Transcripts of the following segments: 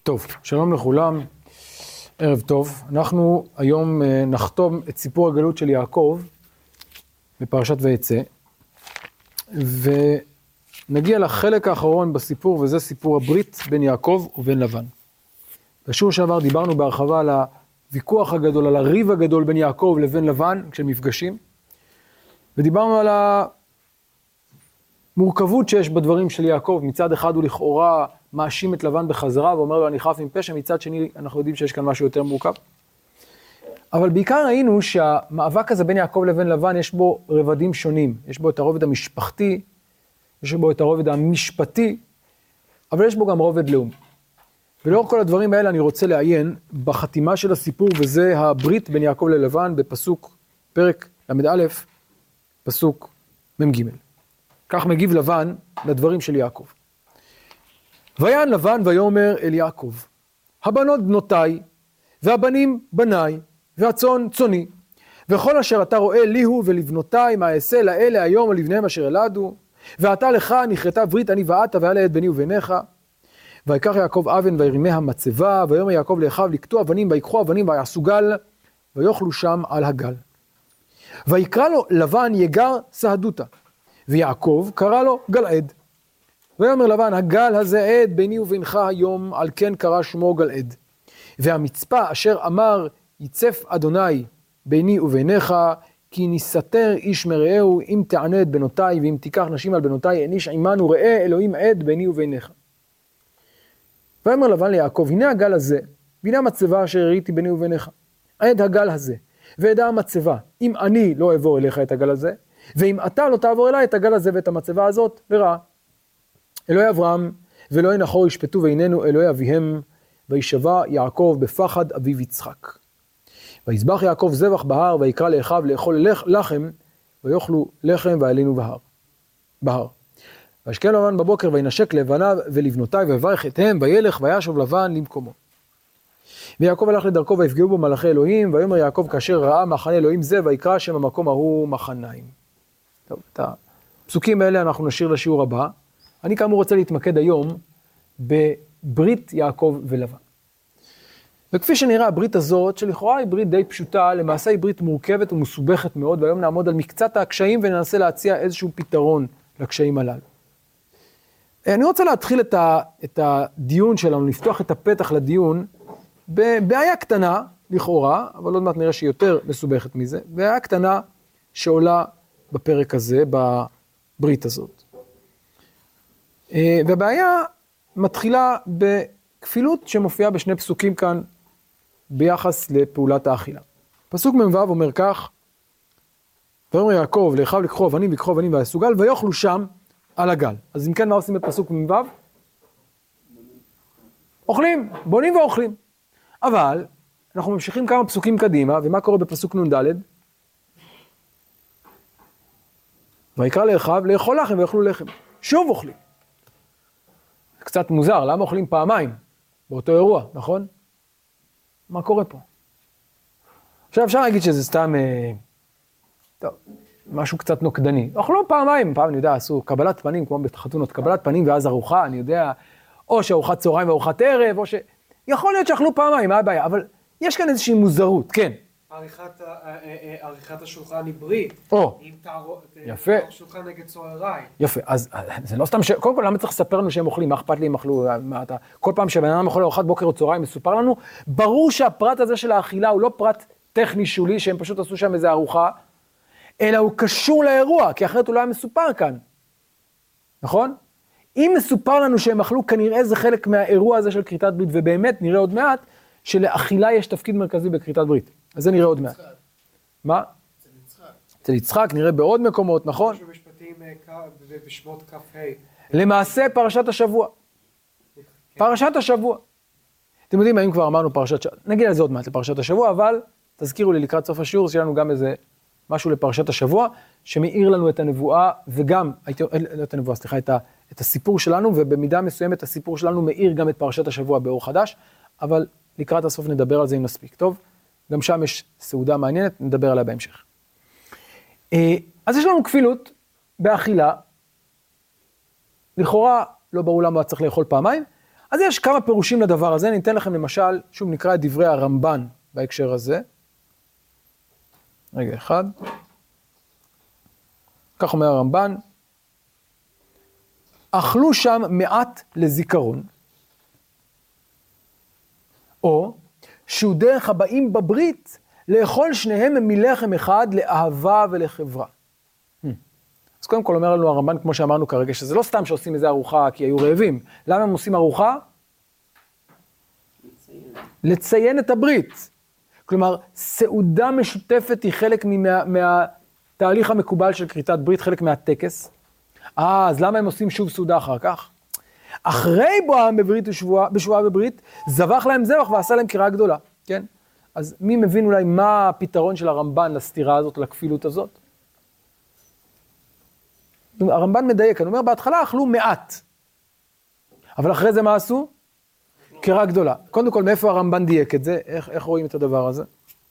טוב, שלום לכולם, ערב טוב. אנחנו היום נחתום את סיפור הגלות של יעקב בפרשת ויצא, ונגיע לחלק האחרון בסיפור, וזה סיפור הברית בין יעקב ובין לבן. בשיעור שעבר דיברנו בהרחבה על הוויכוח הגדול, על הריב הגדול בין יעקב לבין לבן כשמפגשים, ודיברנו על המורכבות שיש בדברים של יעקב. מצד אחד הוא לכאורה מאשים את לבן בחזרה ואומר לו אני חף מפשע, מצד שני אנחנו יודעים שיש כאן משהו יותר מורכב. אבל בעיקר ראינו שהמאבק הזה בין יעקב לבין לבן יש בו רבדים שונים. יש בו את הרובד המשפחתי, יש בו את הרובד המשפטי, אבל יש בו גם רובד לאומי. ולאור כל הדברים האלה אני רוצה לעיין בחתימה של הסיפור, וזה הברית בין יעקב ללבן בפסוק פרק ל"א, פסוק מ"ג. כך מגיב לבן לדברים של יעקב. ויען לבן ויאמר אל יעקב, הבנות בנותיי, והבנים בניי, והצאן צאני, וכל אשר אתה רואה לי הוא ולבנותיי, מה אעשה לאלה היום ולבניהם אשר ילדו, ועתה לך נכרתה ברית אני ואתה והיה לעת ביני וביניך. ויקח יעקב אבן וירימיה מצבה, ויאמר יעקב לאחיו לקטוע אבנים, ויקחו אבנים ויעשו גל, ויאכלו שם על הגל. ויקרא לו לבן יגר סהדותה, ויעקב קרא לו גלעד. ויאמר לבן, הגל הזה עד ביני ובינך היום, על כן קרא שמו גלעד. והמצפה אשר אמר יצף אדוני ביני וביניך, כי נסתר איש מרעהו, אם תענה את בנותיי, ואם תיקח נשים על בנותיי, אין איש עמנו, ראה אלוהים עד ביני וביניך. ויאמר לבן ליעקב, הנה הגל הזה, והנה המצבה אשר הראיתי ביני וביניך. עד הגל הזה, ועדה המצבה, אם אני לא אעבור אליך את הגל הזה, ואם אתה לא תעבור אליי את הגל הזה ואת המצבה הזאת, וראה. אלוהי אברהם ואלוהי נחור ישפטו בינינו אלוהי אביהם, וישבע יעקב בפחד אביו יצחק. ויזבח יעקב זבח בהר, ויקרא לאחיו לאכול לחם, ויאכלו לחם וילינו בהר. וישכם לבן בבוקר וינשק לבניו ולבנותיו, ויברך אתהם, וילך וישוב לבן למקומו. ויעקב הלך לדרכו ויפגעו בו מלאכי אלוהים, ויאמר יעקב כאשר ראה מחנה אלוהים זה, ויקרא שם המקום ההוא מחניים. טוב, את הפסוקים האלה אנחנו נשאיר לשיעור הבא. אני כאמור רוצה להתמקד היום בברית יעקב ולבן. וכפי שנראה הברית הזאת, שלכאורה היא ברית די פשוטה, למעשה היא ברית מורכבת ומסובכת מאוד, והיום נעמוד על מקצת הקשיים וננסה להציע איזשהו פתרון לקשיים הללו. אני רוצה להתחיל את הדיון שלנו, לפתוח את הפתח לדיון, בבעיה קטנה לכאורה, אבל עוד מעט נראה שהיא יותר מסובכת מזה, בעיה קטנה שעולה בפרק הזה, בברית הזאת. והבעיה מתחילה בכפילות שמופיעה בשני פסוקים כאן ביחס לפעולת האכילה. פסוק מ"ו אומר כך, ויאמר יעקב לאחיו לקחו אבנים ויקחו אבנים ויעשו גל, ויאכלו שם על הגל. אז אם כן, מה עושים בפסוק מ"ו? אוכלים, בונים ואוכלים. אבל אנחנו ממשיכים כמה פסוקים קדימה, ומה קורה בפסוק נ"ד? ויקרא לאחיו לאכול לחם ויאכלו לחם. שוב אוכלים. קצת מוזר, למה אוכלים פעמיים באותו אירוע, נכון? מה קורה פה? עכשיו אפשר להגיד שזה סתם, טוב, משהו קצת נוקדני. אוכלו פעמיים, פעם אני יודע, עשו קבלת פנים, כמו בחתונות, קבלת פנים ואז ארוחה, אני יודע, או שארוחת צהריים וארוחת ערב, או יכול להיות שאכלו פעמיים, מה הבעיה? אבל יש כאן איזושהי מוזרות, כן. עריכת השולחן היא ברית. יפה. שולחן נגד צהריים. יפה, אז זה לא סתם קודם כל למה צריך לספר לנו שהם אוכלים, מה אכפת לי אם אכלו, כל פעם שבן אדם אוכל ארוחת בוקר או צהריים מסופר לנו, ברור שהפרט הזה של האכילה הוא לא פרט טכני שולי, שהם פשוט עשו שם איזה ארוחה, אלא הוא קשור לאירוע, כי אחרת הוא לא היה מסופר כאן. נכון? אם מסופר לנו שהם אכלו, כנראה זה חלק מהאירוע הזה של כריתת ברית, ובאמת נראה עוד מעט שלאכילה יש תפקיד מרכזי בכריתת ברית. אז זה נראה עוד מעט. מה? אצל יצחק, נראה בעוד מקומות, נכון? יש במשפטים בשמות כ"ה. למעשה פרשת השבוע. פרשת השבוע. אתם יודעים, האם כבר אמרנו פרשת שבוע? נגיד על זה עוד מעט לפרשת השבוע, אבל תזכירו לי לקראת סוף השיעור, שיהיה לנו גם איזה משהו לפרשת השבוע, שמאיר לנו את הנבואה, וגם, לא את הנבואה, סליחה, את הסיפור שלנו, ובמידה מסוימת הסיפור שלנו מאיר גם את פרשת השבוע באור חדש, אבל לקראת הסוף נדבר על זה אם נספיק. טוב? גם שם יש סעודה מעניינת, נדבר עליה בהמשך. אז יש לנו כפילות באכילה, לכאורה לא ברור למה צריך לאכול פעמיים, אז יש כמה פירושים לדבר הזה, אני אתן לכם למשל, שוב נקרא את דברי הרמב"ן בהקשר הזה. רגע אחד. כך אומר הרמב"ן, אכלו שם מעט לזיכרון, או שהוא דרך הבאים בברית, לאכול שניהם מלחם אחד לאהבה ולחברה. אז קודם כל אומר לנו הרמב"ן, כמו שאמרנו כרגע, שזה לא סתם שעושים איזה ארוחה כי היו רעבים. למה הם עושים ארוחה? לציין את הברית. כלומר, סעודה משותפת היא חלק מהתהליך המקובל של כריתת ברית, חלק מהטקס. אז למה הם עושים שוב סעודה אחר כך? אחרי בואם בברית בשבועה בברית, זבח להם זבח ועשה להם קריאה גדולה, כן? אז מי מבין אולי מה הפתרון של הרמב"ן לסתירה הזאת, לכפילות הזאת? הרמב"ן מדייק, אני אומר, בהתחלה אכלו מעט. אבל אחרי זה מה עשו? קריאה גדולה. קודם כל, מאיפה הרמב"ן דייק את זה? איך רואים את הדבר הזה?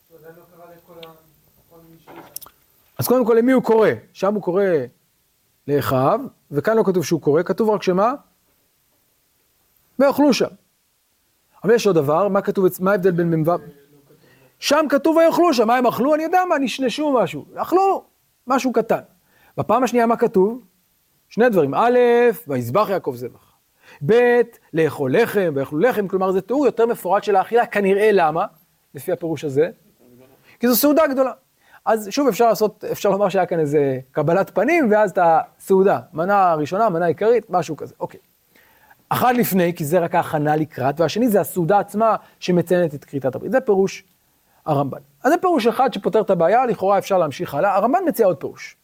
אז קודם כל, למי הוא קורא? שם הוא קורא לאחיו, וכאן לא כתוב שהוא קורא, כתוב רק שמה? ואוכלו שם. אבל יש עוד דבר, מה ההבדל בין מ"ו? שם כתוב ויאכלו שם, מה הם אכלו? אני יודע מה, נשנשו משהו. אכלו משהו קטן. בפעם השנייה מה כתוב? שני דברים. א', ויזבח יעקב זבח. ב', לאכול לחם, ויאכלו לחם, כלומר זה תיאור יותר מפורט של האכילה, כנראה למה, לפי הפירוש הזה? כי זו סעודה גדולה. אז שוב אפשר לומר שהיה כאן איזה קבלת פנים, ואז את הסעודה, מנה ראשונה, מנה עיקרית, משהו כזה, אוקיי. אחד לפני, כי זה רק ההכנה לקראת, והשני זה הסעודה עצמה שמציינת את כריתת הברית. זה פירוש הרמב"ן. אז זה פירוש אחד שפותר את הבעיה, לכאורה אפשר להמשיך הלאה. הרמב"ן מציע עוד פירוש.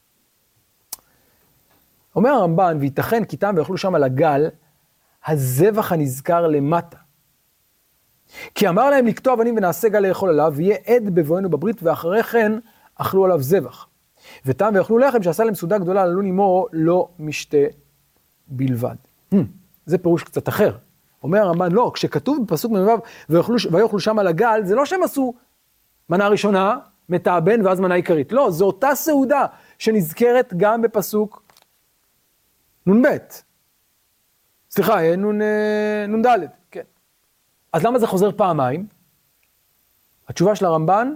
אומר הרמב"ן, וייתכן כי תם ויאכלו שם על הגל, הזבח הנזכר למטה. כי אמר להם לקטוע אבנים ונעשה גל לאכול עליו, ויהיה עד בבואנו בברית, ואחרי כן אכלו עליו זבח. ותם ויאכלו לחם שעשה להם סעודה גדולה, עלו עמו לא משתה בלבד. זה פירוש קצת אחר. אומר הרמב"ן, לא, כשכתוב בפסוק מ"ו, ויאכלו שם על הגל, זה לא שהם עשו מנה ראשונה, מתאבן ואז מנה עיקרית. לא, זו אותה סעודה שנזכרת גם בפסוק נ"ב. סליחה, נ"ד, כן. אז למה זה חוזר פעמיים? התשובה של הרמב"ן,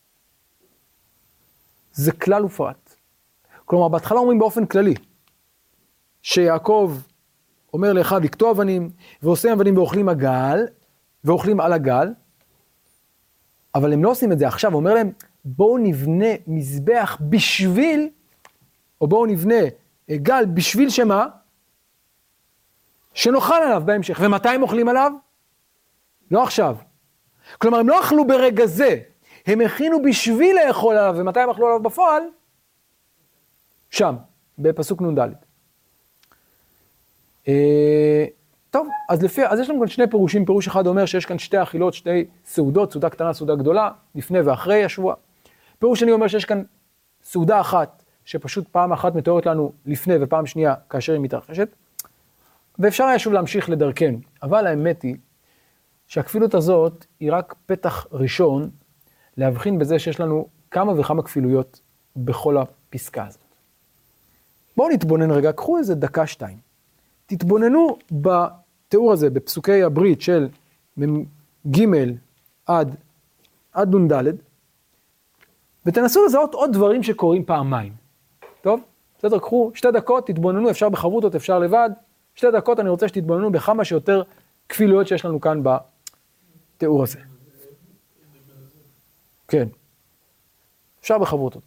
זה כלל ופרט. כלומר, בהתחלה אומרים באופן כללי, שיעקב אומר לאחיו לקטוע אבנים, ועושה אבנים ואוכלים הגל, ואוכלים על הגל, אבל הם לא עושים את זה עכשיו, הוא אומר להם, בואו נבנה מזבח בשביל, או בואו נבנה גל בשביל שמה? שנאכל עליו בהמשך. ומתי הם אוכלים עליו? לא עכשיו. כלומר, הם לא אכלו ברגע זה, הם הכינו בשביל לאכול עליו, ומתי הם אכלו עליו בפועל? שם, בפסוק נ"ד. טוב, אז יש לנו כאן שני פירושים. פירוש אחד אומר שיש כאן שתי אכילות, שתי סעודות, סעודה קטנה, סעודה גדולה, לפני ואחרי השבוע. פירוש שני אומר שיש כאן סעודה אחת, שפשוט פעם אחת מתוארת לנו לפני ופעם שנייה כאשר היא מתרחשת, ואפשר היה שוב להמשיך לדרכנו. אבל האמת היא שהכפילות הזאת היא רק פתח ראשון להבחין בזה שיש לנו כמה וכמה כפילויות בכל הפסקה הזאת. בואו נתבונן רגע, קחו איזה דקה שתיים. תתבוננו בתיאור הזה, בפסוקי הברית של ג' עד נ"ד, ותנסו לזהות עוד דברים שקורים פעמיים. טוב? בסדר, קחו 2 דקות, תתבוננו, אפשר בחברותות, אפשר לבד. 2 דקות אני רוצה שתתבוננו בכמה שיותר כפילויות שיש לנו כאן בתיאור הזה. כן. אפשר בחברותות.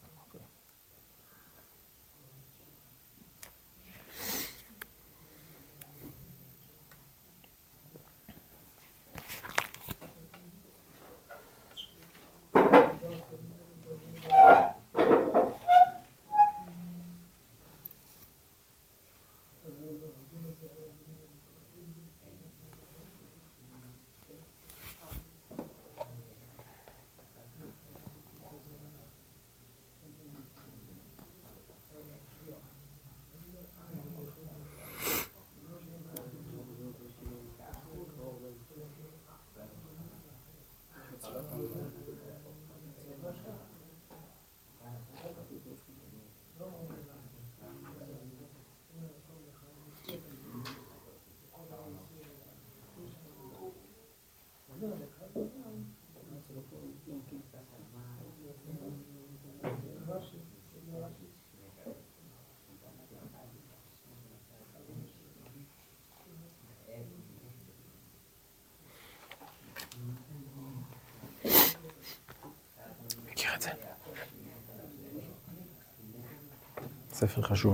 ספר חשוב.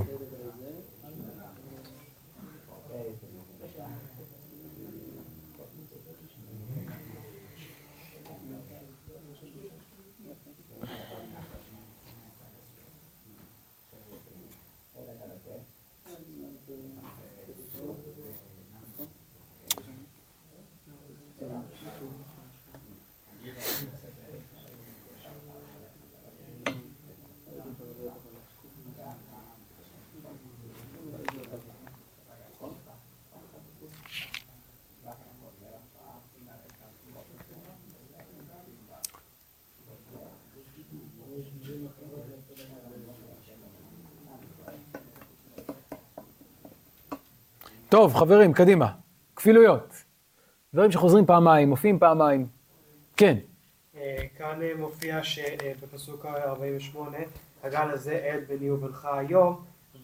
טוב, חברים, קדימה. כפילויות. דברים שחוזרים פעמיים, מופיעים פעמיים. כן. כאן מופיע שבפסוק 48, הגל הזה עד ביני ובינך היום,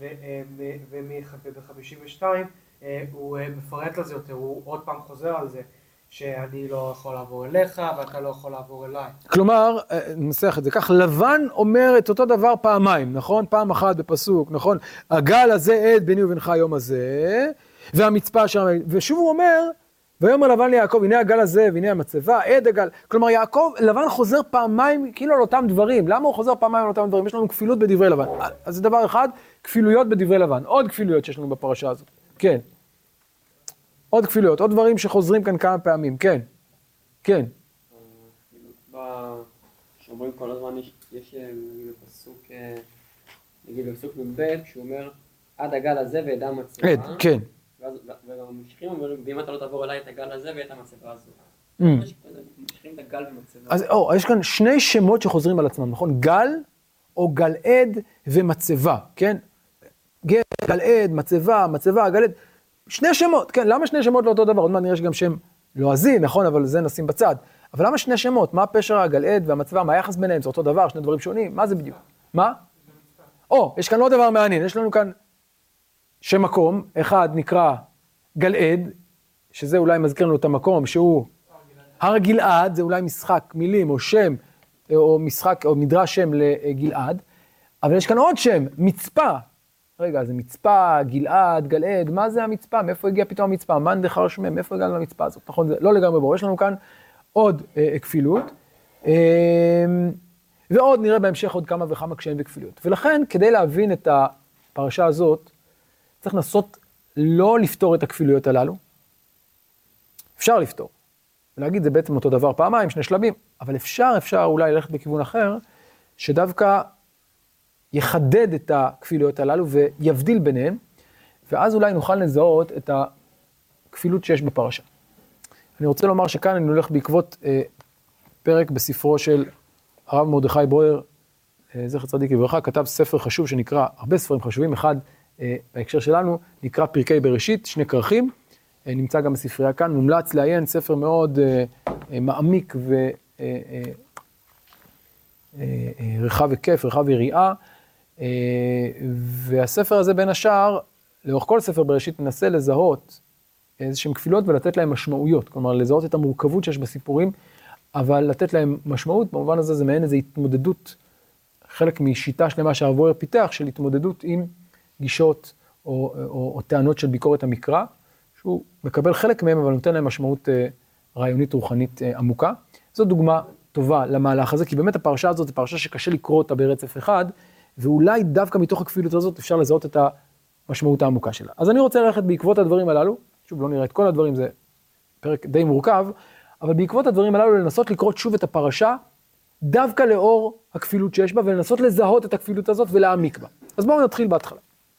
וב-52 הוא מפרט לזה יותר, הוא עוד פעם חוזר על זה, שאני לא יכול לעבור אליך ואתה לא יכול לעבור אליי. כלומר, ננסח את זה כך, לבן אומר את אותו דבר פעמיים, נכון? פעם אחת בפסוק, נכון? הגל הזה עד ביני ובינך היום הזה, והמצפה שם, ושוב הוא אומר, ויאמר לבן ליעקב, הנה הגל הזה, והנה המצבה, עד הגל. כלומר, לבן חוזר פעמיים, כאילו על אותם דברים. למה הוא חוזר פעמיים על אותם דברים? יש לנו כפילות בדברי לבן. אז זה דבר אחד, כפילויות בדברי לבן. עוד כפילויות שיש לנו בפרשה הזאת. כן. עוד כפילויות, עוד דברים שחוזרים כאן כמה פעמים. כן. כן. שאומרים כל הזמן, יש פסוק, נגיד בפסוק מב' שהוא אומר, עד הגל הזה ועד המצבה. עד, כן. וממשיכים אומרים, ואם אתה לא תעבור אליי את הגל הזה ואת המצבה הזו. ממשיכים את הגל ומצבה. אז יש כאן שני שמות שחוזרים על עצמם, נכון? גל או גלעד ומצבה, כן? גלעד, מצבה, גלעד. שני שמות, כן? למה שני שמות לא אותו דבר? עוד מעט נראה שגם שם לועזי, נכון? אבל זה נשים בצד. אבל למה שני שמות? מה הפשר הגלעד והמצבה? מה היחס ביניהם? זה אותו דבר, שני דברים שונים? מה זה בדיוק? מה? יש כאן עוד דבר מעניין. יש לנו כאן שם מקום, אחד נקרא גלעד, שזה אולי מזכיר לנו את המקום, שהוא הר גלעד, זה אולי משחק מילים או שם, או משחק, או מדרש שם לגלעד, אבל יש כאן עוד שם, מצפה. רגע, זה מצפה, גלעד, גלעד, מה זה המצפה? מאיפה הגיע פתאום המצפה? מאן דכר שמיה, מאיפה הגענו למצפה הזאת? נכון, זה לא לגמרי ברור. יש לנו כאן עוד כפילות, ועוד נראה בהמשך עוד כמה וכמה קשיים וכפיליות. ולכן, כדי להבין את הפרשה הזאת, צריך לנסות לא לפתור את הכפילויות הללו. אפשר לפתור. ולהגיד, זה בעצם אותו דבר פעמיים, שני שלבים. אבל אפשר אולי ללכת בכיוון אחר, שדווקא יחדד את הכפילויות הללו ויבדיל ביניהם, ואז אולי נוכל לזהות את הכפילות שיש בפרשה. אני רוצה לומר שכאן אני הולך בעקבות פרק בספרו של הרב מרדכי ברויר, זכר צדיק לברכה, כתב ספר חשוב שנקרא, הרבה ספרים חשובים, אחד בהקשר שלנו, נקרא פרקי בראשית, שני כרכים, נמצא גם בספרייה כאן, מומלץ לעיין, ספר מאוד מעמיק ורחב וכיף, רחב יריעה, והספר הזה בין השאר, לאורך כל ספר בראשית, מנסה לזהות איזשהם כפילות ולתת להם משמעויות, כלומר לזהות את המורכבות שיש בסיפורים, אבל לתת להם משמעות, במובן הזה זה מעין איזו התמודדות, חלק משיטה שלמה שהרב ברויר פיתח, של התמודדות עם גישות או טענות של ביקורת המקרא, שהוא מקבל חלק מהם, אבל נותן להם משמעות רעיונית רוחנית עמוקה. זו דוגמה טובה למהלך הזה, כי באמת הפרשה הזאת זו פרשה שקשה לקרוא אותה ברצף אחד, ואולי דווקא מתוך הכפילות הזאת אפשר לזהות את המשמעות העמוקה שלה. אז אני רוצה ללכת בעקבות הדברים הללו, שוב לא נראה את כל הדברים, זה פרק די מורכב, אבל בעקבות הדברים הללו לנסות לקרוא שוב את הפרשה, דווקא לאור הכפילות שיש בה, ולנסות לזהות את הכפילות הזאת ולהעמיק בה. אז בואו נתחיל בהתחלה.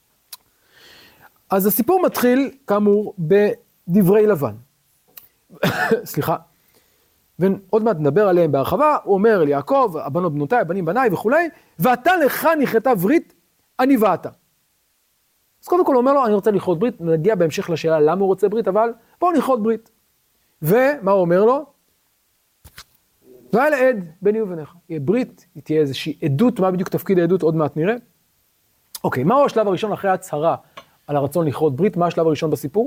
אז הסיפור מתחיל, כאמור, בדברי לבן. סליחה. ועוד מעט נדבר עליהם בהרחבה, הוא אומר אל יעקב, הבנות בנותיי, הבנים בניי וכולי, ואתה לך נכרתה ברית, אני ואתה. אז קודם כל הוא אומר לו, אני רוצה לכרות ברית, נגיע בהמשך לשאלה למה הוא רוצה ברית, אבל בואו נכרות ברית. ומה הוא אומר לו? והיה לעד ביני וביניך. יהיה ברית, תהיה איזושהי עדות, מה בדיוק תפקיד העדות, עוד מעט נראה. אוקיי, מהו השלב הראשון אחרי ההצהרה על הרצון לכרות ברית? מה השלב הראשון בסיפור?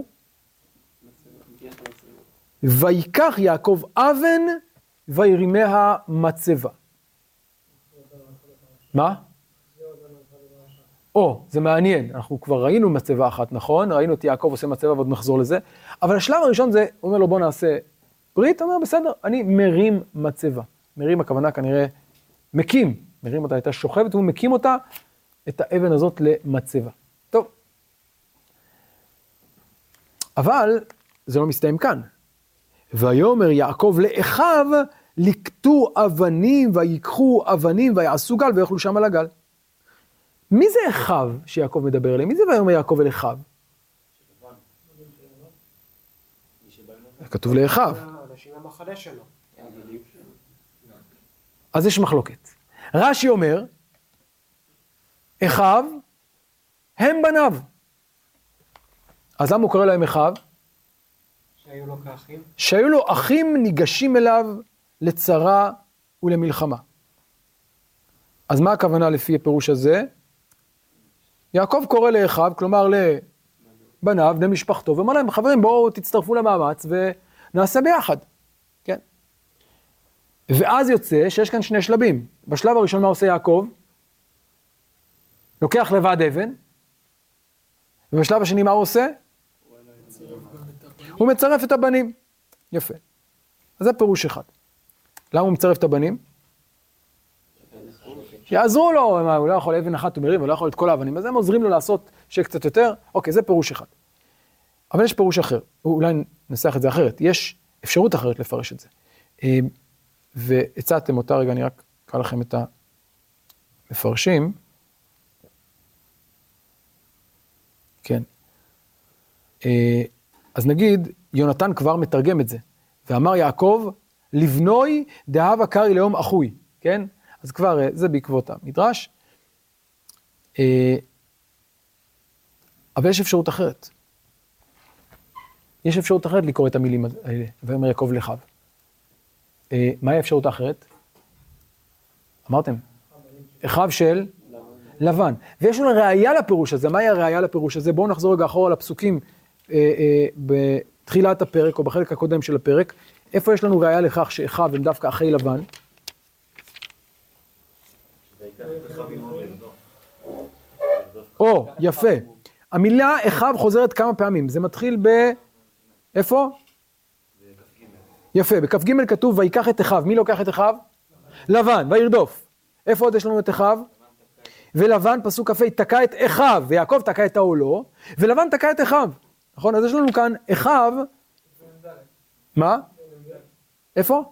ויקח יעקב אבן וירימיה מצבה. מה? זה מעניין, אנחנו כבר ראינו מצבה אחת, נכון? ראינו את יעקב עושה מצבה ועוד נחזור לזה, אבל השלב הראשון זה, הוא אומר לו בוא נעשה ברית, הוא אומר בסדר, אני מרים מצבה. מרים הכוונה כנראה מקים, מרים אותה, הייתה שוכבת, הוא מקים אותה, את האבן הזאת למצבה. טוב. אבל זה לא מסתיים כאן. ויאמר יעקב לאחיו, לקטו אבנים ויקחו אבנים ויעשו גל ויאכלו שם על הגל. מי זה אחיו שיעקב מדבר אליהם? מי זה ויאמר יעקב אל אחיו? כתוב לאחיו. אנשים במחנה שלו. אז יש מחלוקת. רש"י אומר, אחיו הם בניו. אז למה הוא קורא להם אחיו? שהיו לו כאחים. שהיו לו אחים ניגשים אליו לצרה ולמלחמה. אז מה הכוונה לפי הפירוש הזה? יעקב קורא לאחיו, כלומר לבניו, בני משפחתו, ואומר להם, חברים, בואו תצטרפו למאמץ ונעשה ביחד. כן? ואז יוצא שיש כאן שני שלבים. בשלב הראשון מה עושה יעקב? לוקח לבד אבן, ובשלב השני מה הוא עושה? הוא מצרף את הבנים. יפה. אז זה פירוש אחד. למה הוא מצרף את הבנים? יעזרו לו, הוא לא יכול אבן אחת ומרים, הוא לא יכול את כל האבנים, אז הם עוזרים לו לעשות שקצת יותר. אוקיי, זה פירוש אחד. אבל יש פירוש אחר, אולי נסח את זה אחרת. יש אפשרות אחרת לפרש את זה. והצעתם אותה, רגע, אני רק אקרא לכם את המפרשים. כן. אז נגיד, יונתן כבר מתרגם את זה, ואמר יעקב, לבנוי דהבה קרי לאום אחוי, כן? אז כבר זה בעקבות המדרש. אבל יש אפשרות אחרת. יש אפשרות אחרת לקרוא את המילים האלה, ואומר יעקב לאחיו. מהי האפשרות האחרת? אמרתם? אחיו של לבן. ויש לנו ראייה לפירוש הזה. מהי הראייה לפירוש הזה? בואו נחזור רגע אחורה לפסוקים בתחילת הפרק, או בחלק הקודם של הפרק. איפה יש לנו ראייה לכך שאחיו הם דווקא אחי לבן? יפה. המילה אחיו חוזרת כמה פעמים. זה מתחיל איפה? יפה, בכף ג' כתוב ויקח את אחיו. מי לוקח את אחיו? לבן, וירדוף. איפה עוד יש לנו את אחיו? ולבן, פסוק כ"ה, תקע את אחיו, ויעקב תקע את העולו, ולבן תקע את אחיו. נכון? אז יש לנו כאן אחיו. מה? איפה?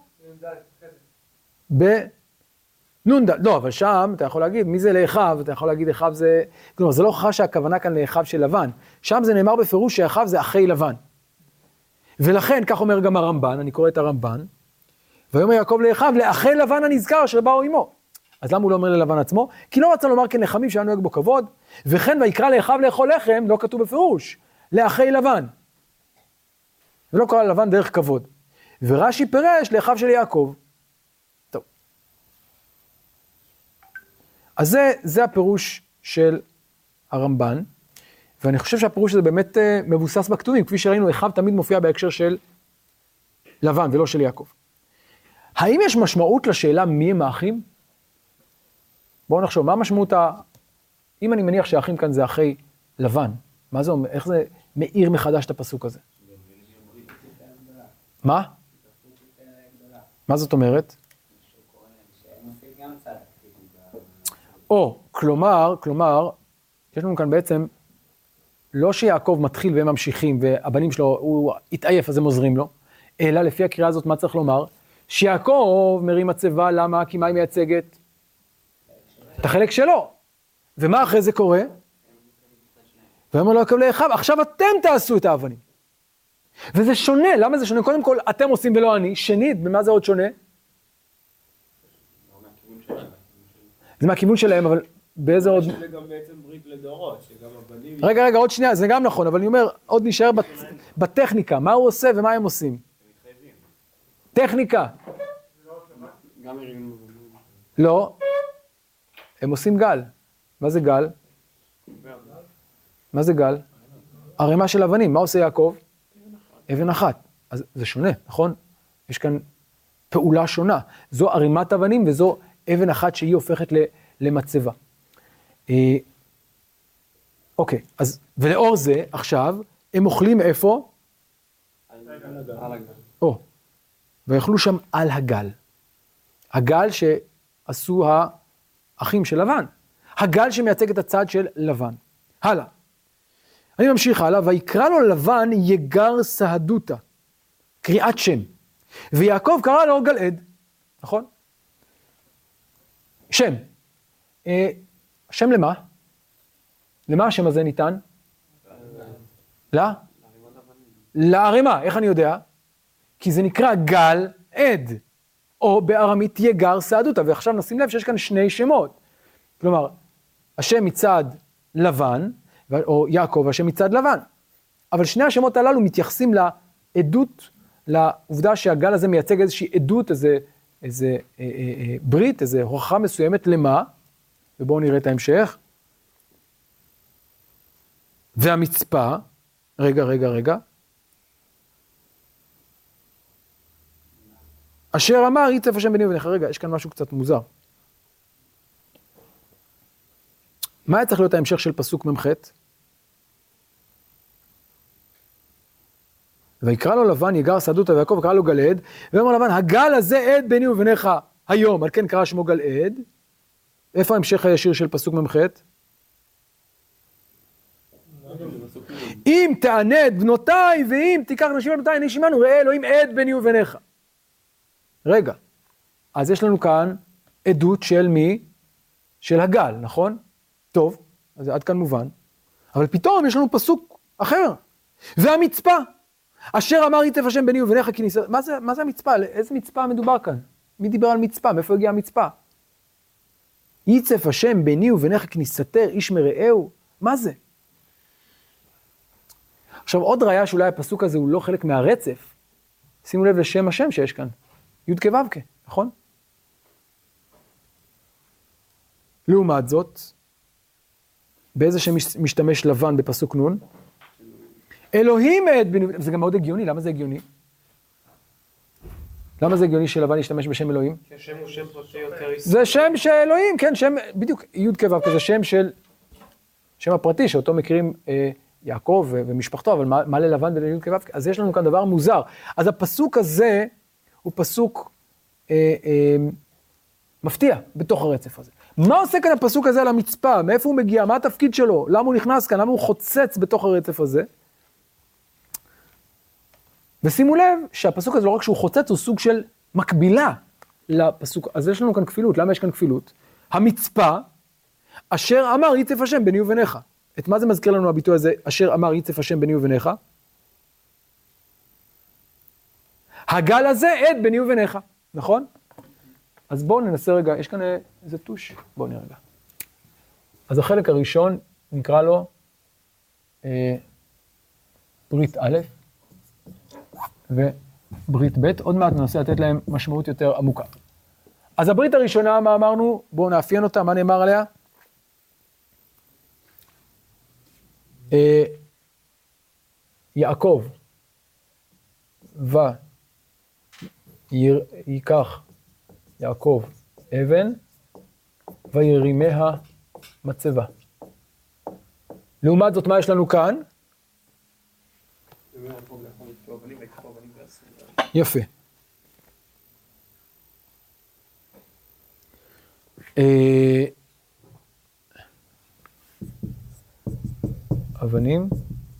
בנ"ד. לא, אבל שם אתה יכול להגיד, מי זה לאחיו? אתה יכול להגיד אחיו זה... כלומר, זה לא הוכחה שהכוונה כאן לאחיו של לבן. שם זה נאמר בפירוש שאחיו זה אחי לבן. ולכן, כך אומר גם הרמב"ן, אני קורא את הרמב"ן, ויאמר יעקב לאחיו, לאחי לבן הנזכר אשר באו עמו. אז למה הוא לא אומר ללבן עצמו? כי לא רצה לומר כנחמים שהיה נוהג בו כבוד, וכן ויקרא לאחיו לאכול לחם, לא כתוב בפירוש, לאחי לבן. ולא קרא ללבן דרך כבוד. ורש"י פירש לאחיו של יעקב. טוב. אז זה הפירוש של הרמב"ן, ואני חושב שהפירוש הזה באמת מבוסס בכתובים, כפי שראינו, אחיו תמיד מופיע בהקשר של לבן ולא של יעקב. האם יש משמעות לשאלה מי הם האחים? בואו נחשוב, מה המשמעות אם אני מניח שהאחים כאן זה אחי לבן, מה זה אומר? איך זה מאיר מחדש את הפסוק הזה? מה? מה זאת אומרת? כלומר, יש לנו כאן בעצם, לא שיעקב מתחיל והם ממשיכים, והבנים שלו, הוא התעייף אז הם עוזרים לו, אלא לפי הקריאה הזאת מה צריך לומר? שיעקב מרים מצבה, למה? כי מה היא מייצגת? את החלק שלו. ומה אחרי זה קורה? ואומר לו יעקב לאחיו, עכשיו אתם תעשו את האבנים. וזה שונה, למה זה שונה? קודם כל, אתם עושים ולא אני. שנית, במה זה עוד שונה? זה מהכיוון שלהם, אבל באיזה עוד... זה גם בעצם ברית לדורות, שגם הבנים... רגע, עוד שנייה, זה גם נכון, אבל אני אומר, עוד נשאר בטכניקה, מה הוא עושה ומה הם עושים? טכניקה. לא. הם עושים גל. מה זה גל? מה זה גל? ערימה של אבנים. מה עושה יעקב? אבן אחת. אז זה שונה, נכון? יש כאן פעולה שונה. זו ערימת אבנים וזו אבן אחת שהיא הופכת למצבה. אוקיי, אז, ולאור זה, עכשיו, הם אוכלים איפה? על הגל. או, ויאכלו שם על הגל. הגל שעשו האחים של לבן. הגל שמייצג את הצד של לבן. הלאה. אני ממשיך הלאה, ויקרא לו לבן יגר סהדותה, קריאת שם. ויעקב קרא לו גלעד, נכון? שם. שם למה? למה השם הזה ניתן? לערימה, איך אני יודע? כי זה נקרא גל עד, או בארמית יגר סהדותה, ועכשיו נשים לב שיש כאן שני שמות. כלומר, השם מצד לבן, או יעקב, השם מצד לבן. אבל שני השמות הללו מתייחסים לעדות, לעובדה שהגל הזה מייצג איזושהי עדות, איזה ברית, איזו הוכחה מסוימת למה, ובואו נראה את ההמשך. והמצפה, רגע. אשר אמר יצף השם ביני ובינך, רגע, יש כאן משהו קצת מוזר. מה היה צריך להיות ההמשך של פסוק ממ"ח? ויקרא לו לבן יגר סהדותה ויעקב וקרא לו גלעד, ואומר לבן, הגל הזה עד ביני וביניך היום, על כן קרא שמו גלעד. איפה ההמשך הישיר של פסוק ממ"ח? אם תענה את בנותיי, ואם תיקח נשים את בנותיי, אני שמענו, ראה אלוהים עד ביני וביניך. רגע, אז יש לנו כאן עדות של מי? של הגל, נכון? טוב, אז עד כאן מובן. אבל פתאום יש לנו פסוק אחר. והמצפה, אשר אמר יצף השם ביני ובינך כי ניסה... מה זה המצפה? איזה מצפה מדובר כאן? מי דיבר על מצפה? מאיפה הגיע המצפה? יצף השם ביני ובינך כי נסתר איש מרעהו? מה זה? עכשיו עוד ראיה שאולי הפסוק הזה הוא לא חלק מהרצף. שימו לב לשם השם שיש כאן. י' כו' כ', נכון? לעומת זאת, באיזה שם משתמש לבן בפסוק נון? אלוהים עד ביני, זה גם מאוד הגיוני, למה זה הגיוני? למה זה הגיוני שלבן ישתמש בשם אלוהים? כי השם הוא שם פרטי יותר ישראלי. זה שם של אלוהים, כן, שם, בדיוק, י' כו' כ', זה שם של, שם הפרטי, שאותו מכירים יעקב ומשפחתו, אבל מה ללבן ולי' כו' כ'? אז יש לנו כאן דבר מוזר. אז הפסוק הזה הוא פסוק מפתיע בתוך הרצף הזה. מה עושה כאן הפסוק הזה על המצפה? מאיפה הוא מגיע? מה התפקיד שלו? למה הוא נכנס כאן? למה הוא חוצץ בתוך הרצף הזה? ושימו לב שהפסוק הזה לא רק שהוא חוצץ, הוא סוג של מקבילה לפסוק. אז יש לנו כאן כפילות. למה יש כאן כפילות? המצפה, אשר אמר יצף השם ביני ובינך. את מה זה מזכיר לנו הביטוי הזה, אשר אמר יצף השם ביני ובינך? הגל הזה עד ביני ובינך, נכון? אז בואו ננסה רגע, יש כאן איזה טוש, בואו נראה רגע. אז החלק הראשון נקרא לו ברית א' וברית ב', עוד מעט ננסה לתת להם משמעות יותר עמוקה. אז הברית הראשונה, מה אמרנו? בואו נאפיין אותה, מה נאמר עליה? יעקב ייקח יעקב אבן וירימיה מצבה. לעומת זאת, מה יש לנו כאן? יפה. אבנים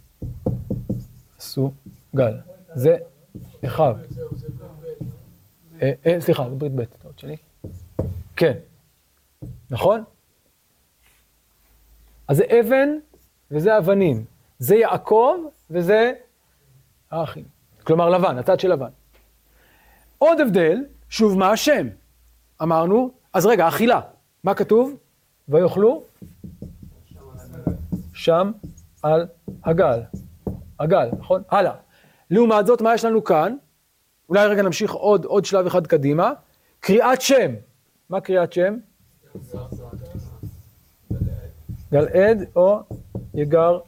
עשו גל. זה אחיו. סליחה, זה ברית ב' טעות שלי. כן. נכון? אז זה אבן וזה אבנים. זה יעקב וזה האחים. כלומר לבן, הצד של לבן. עוד הבדל, שוב מה השם? אמרנו, אז רגע, אכילה. מה כתוב? ויאכלו? שם על הגל. הגל, נכון? הלאה. לעומת זאת, מה יש לנו כאן? אולי רגע נמשיך עוד שלב אחד קדימה. קריאת שם. מה קריאת שם? גלעד או יגר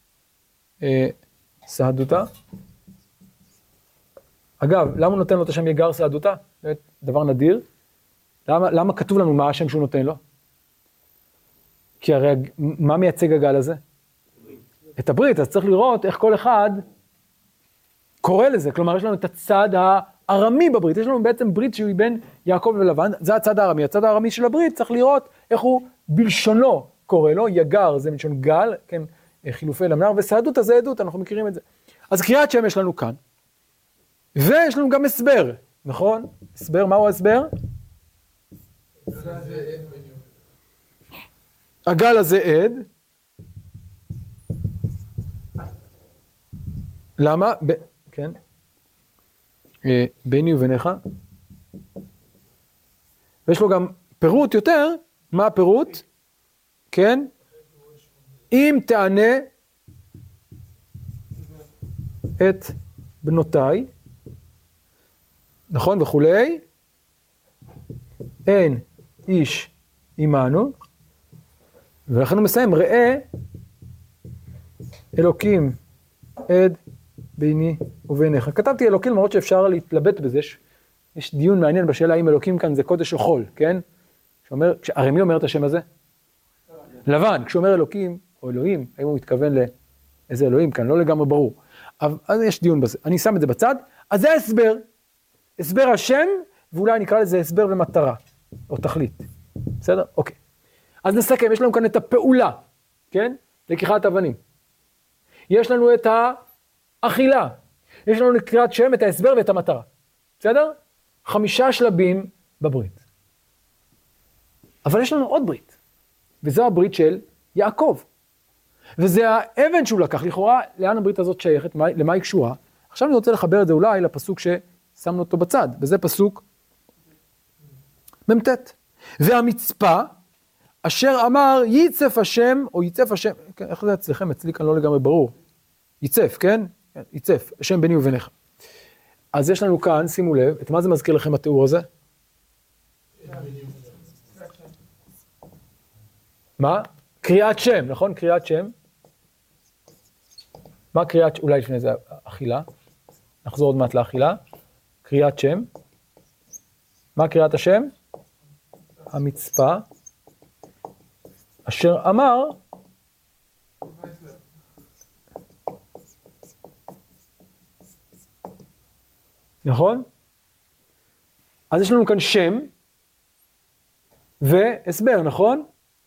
סהדותה. אגב, למה הוא נותן לו את השם יגר סהדותה? זה דבר נדיר. למה כתוב לנו מה השם שהוא נותן לו? כי הרי מה מייצג הגל הזה? את הברית, אז צריך לראות איך כל אחד קורא לזה. כלומר, יש לנו את הצד הארמי בברית, יש לנו בעצם ברית שהיא בין יעקב ולבן, זה הצד הארמי. הצד הארמי של הברית צריך לראות איך הוא בלשונו קורא לו, יגר זה מלשון גל, כן, חילופי למנר, וסעדות זה עדות, אנחנו מכירים את זה. אז קריאת שם יש לנו כאן, ויש לנו גם הסבר, נכון? הסבר, מהו ההסבר? הגל הזה עד. למה? כן. ביני וביניך. ויש לו גם פירוט יותר. מה הפירוט? כן. אם תענה את בנותיי, נכון וכולי, אין איש עמנו, ולכן הוא מסיים, ראה אלוקים עד ביני וביניך. כתבתי אלוקים למרות שאפשר להתלבט בזה, יש דיון מעניין בשאלה האם אלוקים כאן זה קודש או חול, כן? הרי מי אומר את השם הזה? לבן. כשהוא אומר אלוקים או אלוהים, האם הוא מתכוון לאיזה אלוהים כאן, לא לגמרי ברור. אז יש דיון בזה, אני שם את זה בצד. אז זה הסבר, הסבר השם, ואולי נקרא לזה הסבר ומטרה, או תכלית. בסדר? אוקיי. אז נסכם, יש לנו כאן את הפעולה, כן? לקיחת אבנים. יש לנו את האכילה. יש לנו לקריאת שם, את ההסבר ואת המטרה. בסדר? 5 שלבים בברית. אבל יש לנו עוד ברית. וזו הברית של יעקב. וזה האבן שהוא לקח, לכאורה, לאן הברית הזאת שייכת, למה היא קשורה. עכשיו אני רוצה לחבר את זה אולי לפסוק ששמנו אותו בצד, וזה פסוק ממתת. והמצפה, אשר אמר ייצף השם, או ייצף השם, כן, איך זה אצלכם? אצלי כאן לא לגמרי ברור. ייצף, כן? ייצף, השם ביני וביניך. אז יש לנו כאן, שימו לב, את מה זה מזכיר לכם התיאור הזה? מה? קריאת שם, נכון? קריאת שם. מה קריאת, אולי לפני זה אכילה. נחזור עוד מעט לאכילה. קריאת שם. מה קריאת השם? המצפה. אשר אמר, נכון? אז יש לנו כאן שם והסבר, נכון?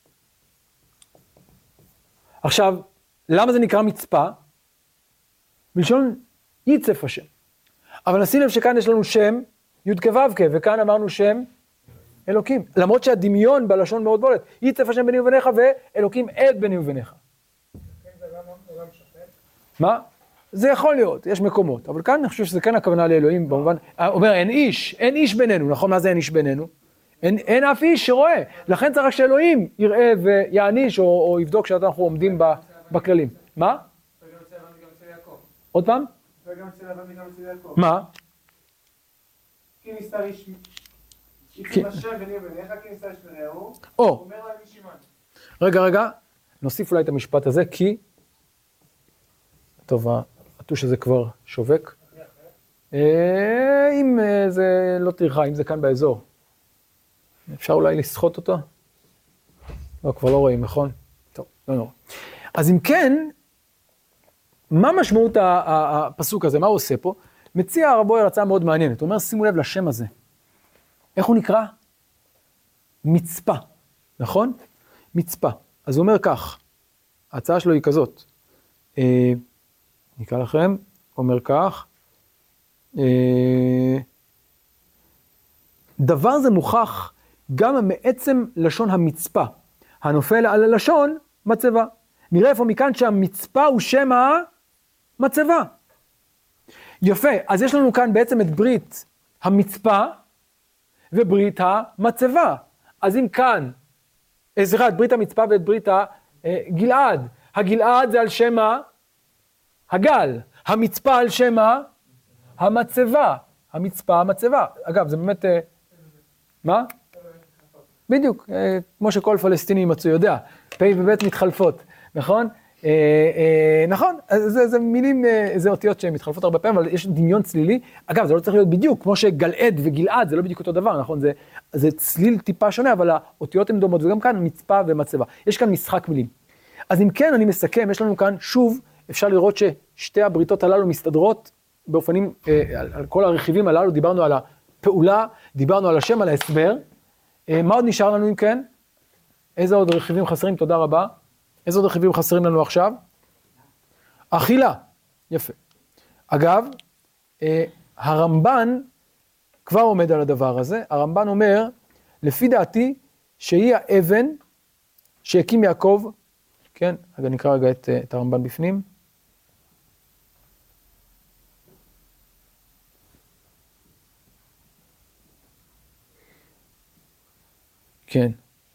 עכשיו, למה זה נקרא מצפה? בלשון ייצף השם. אבל נשים לב שכאן יש לנו שם י' כו' כ', וכאן אמרנו שם אלוקים. למרות שהדמיון בלשון מאוד בולט. ייצף השם ביני וביניך ואלוקים עד ביני וביניך. מה? זה יכול להיות, יש מקומות. אבל כאן אני חושב שזה כן הכוונה לאלוהים במובן, אומר אין איש בינינו, נכון? מה זה אין איש בינינו? אין אף איש שרואה. לכן צריך רק שאלוהים יראה ויעניש או יבדוק שאנחנו עומדים בכללים. מה? עוד פעם? מה? כי נסתר איש השם ביני וביניך, כי נסתר איש ורעהו, הוא אומר להם איש עמנו. רגע, נוסיף אולי את המשפט הזה, כי, טוב, הטוש הזה כבר שובק. אם זה לא טרחה, אם זה כאן באזור, אפשר אולי לסחוט אותו? לא, כבר לא רואים, נכון? טוב, לא נורא. אז אם כן, מה משמעות הפסוק הזה? מה הוא עושה פה? מציע הרבו הרצאה מאוד מעניינת. הוא אומר, שימו לב לשם הזה. איך הוא נקרא? מצפה, נכון? מצפה. אז הוא אומר כך, ההצעה שלו היא כזאת. נקרא לכם, הוא אומר כך. דבר זה מוכח גם מעצם לשון המצפה, הנופל על הלשון מצבה. נראה איפה מכאן שהמצפה הוא שם המצבה. יפה, אז יש לנו כאן בעצם את ברית המצפה וברית המצבה. אז אם כאן, את ברית המצפה ואת ברית הגלעד. הגלעד זה על שם הגל, המצפה על שם המצבה. המצפה, המצבה. אגב, זה באמת, מה? בדיוק, כמו שכל פלסטיני מצוי יודע, פ' וב' מתחלפות, נכון? נכון, זה מילים, זה אותיות שהן מתחלפות הרבה פעמים, אבל יש דמיון צלילי. אגב, זה לא צריך להיות בדיוק, כמו שגלעד וגלעד, זה לא בדיוק אותו דבר, נכון? זה צליל טיפה שונה, אבל האותיות הן דומות, וגם כאן מצפה ומצבה. יש כאן משחק מילים. אז אם כן, אני מסכם, יש לנו כאן, שוב, אפשר לראות ששתי הבריתות הללו מסתדרות באופנים, על כל הרכיבים הללו, דיברנו על הפעולה, דיברנו על השם, על ההסבר. מה עוד נשאר לנו אם כן? איזה עוד רכיבים חסרים? תודה רבה. איזה עוד רכיבים חסרים לנו עכשיו? אכילה. יפה. אגב, הרמב"ן כבר עומד על הדבר הזה. הרמב"ן אומר, לפי דעתי, שהיא האבן שהקים יעקב, כן? רגע, נקרא רגע את הרמב"ן בפנים. כן.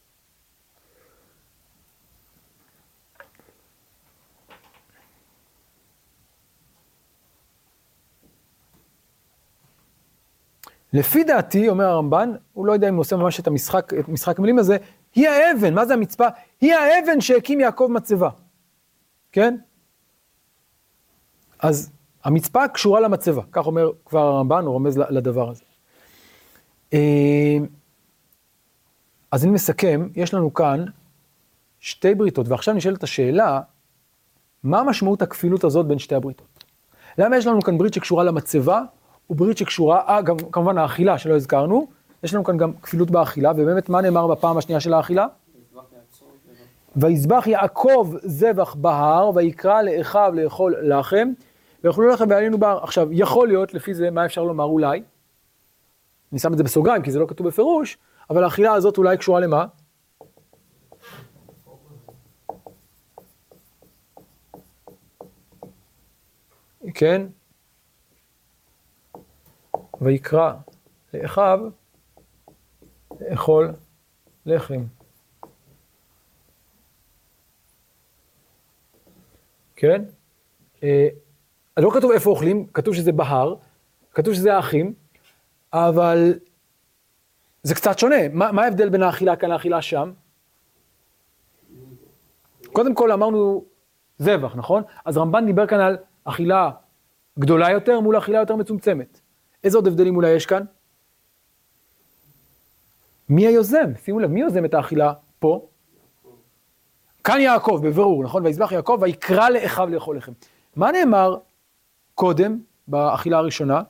לפי דעתי, אומר הרמב"ן, הוא לא יודע אם הוא עושה ממש את משחק המילים הזה, היא האבן, מה זה המצפה? היא האבן שהקים יעקב מצבה. כן? אז המצפה קשורה למצבה, כך אומר כבר הרמב"ן, הוא רומז לדבר הזה. אז אני מסכם, יש לנו כאן שתי בריתות, ועכשיו נשאלת השאלה, מה משמעות הכפילות הזאת בין שתי הבריתות? למה יש לנו כאן ברית שקשורה למצבה, וברית שקשורה, גם כמובן האכילה שלא הזכרנו, יש לנו כאן גם כפילות באכילה, ובאמת מה נאמר בפעם השנייה של האכילה? ויזבח יעקב זבח בהר, ויקרא לאחיו לאכול לחם, ויאכלו לחם ועלינו בהר. עכשיו, יכול להיות, לפי זה, מה אפשר לומר אולי? אני שם את זה בסוגריים, כי זה לא כתוב בפירוש, אבל האכילה הזאת אולי קשורה למה? כן? ויקרא לאחיו לאכול לחם. כן? לא כתוב איפה אוכלים, כתוב שזה בהר, כתוב שזה האחים, אבל זה קצת שונה. מה ההבדל בין האכילה כאן לאכילה שם? קודם כל אמרנו זבח, נכון? אז רמב"ן דיבר כאן על אכילה גדולה יותר מול אכילה יותר מצומצמת. איזה עוד הבדלים אולי יש כאן? מי היוזם? שימו לב, מי יוזם את האכילה פה? כאן יעקב, בברור, נכון? ויזבח יעקב, ויקרא לאחיו לאכול לחם. מה נאמר קודם, באכילה הראשונה?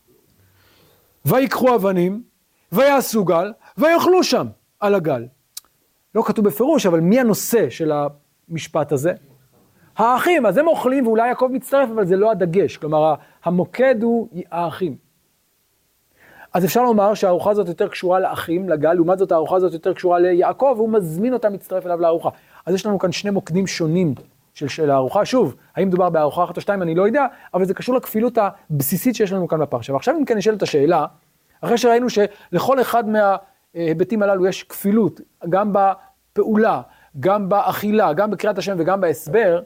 ויקחו אבנים, ויעשו גל, ויאכלו שם על הגל. לא כתוב בפירוש, אבל מי הנושא של המשפט הזה? האחים, אז הם אוכלים, ואולי יעקב מצטרף, אבל זה לא הדגש. כלומר, המוקד הוא האחים. אז אפשר לומר שהארוחה הזאת יותר קשורה לאחים, לגל, לעומת זאת הארוחה הזאת יותר קשורה ליעקב, והוא מזמין אותה מצטרף אליו לארוחה. אז יש לנו כאן שני מוקדים שונים של הארוחה. שוב, האם מדובר בארוחה אחת או שתיים, אני לא יודע, אבל זה קשור לכפילות הבסיסית שיש לנו כאן בפרשה. ועכשיו אם כן נשאלת השאלה, אחרי שראינו שלכל אחד מההיבטים הללו יש כפילות, גם בפעולה, גם באכילה, גם בקריאת השם וגם בהסבר,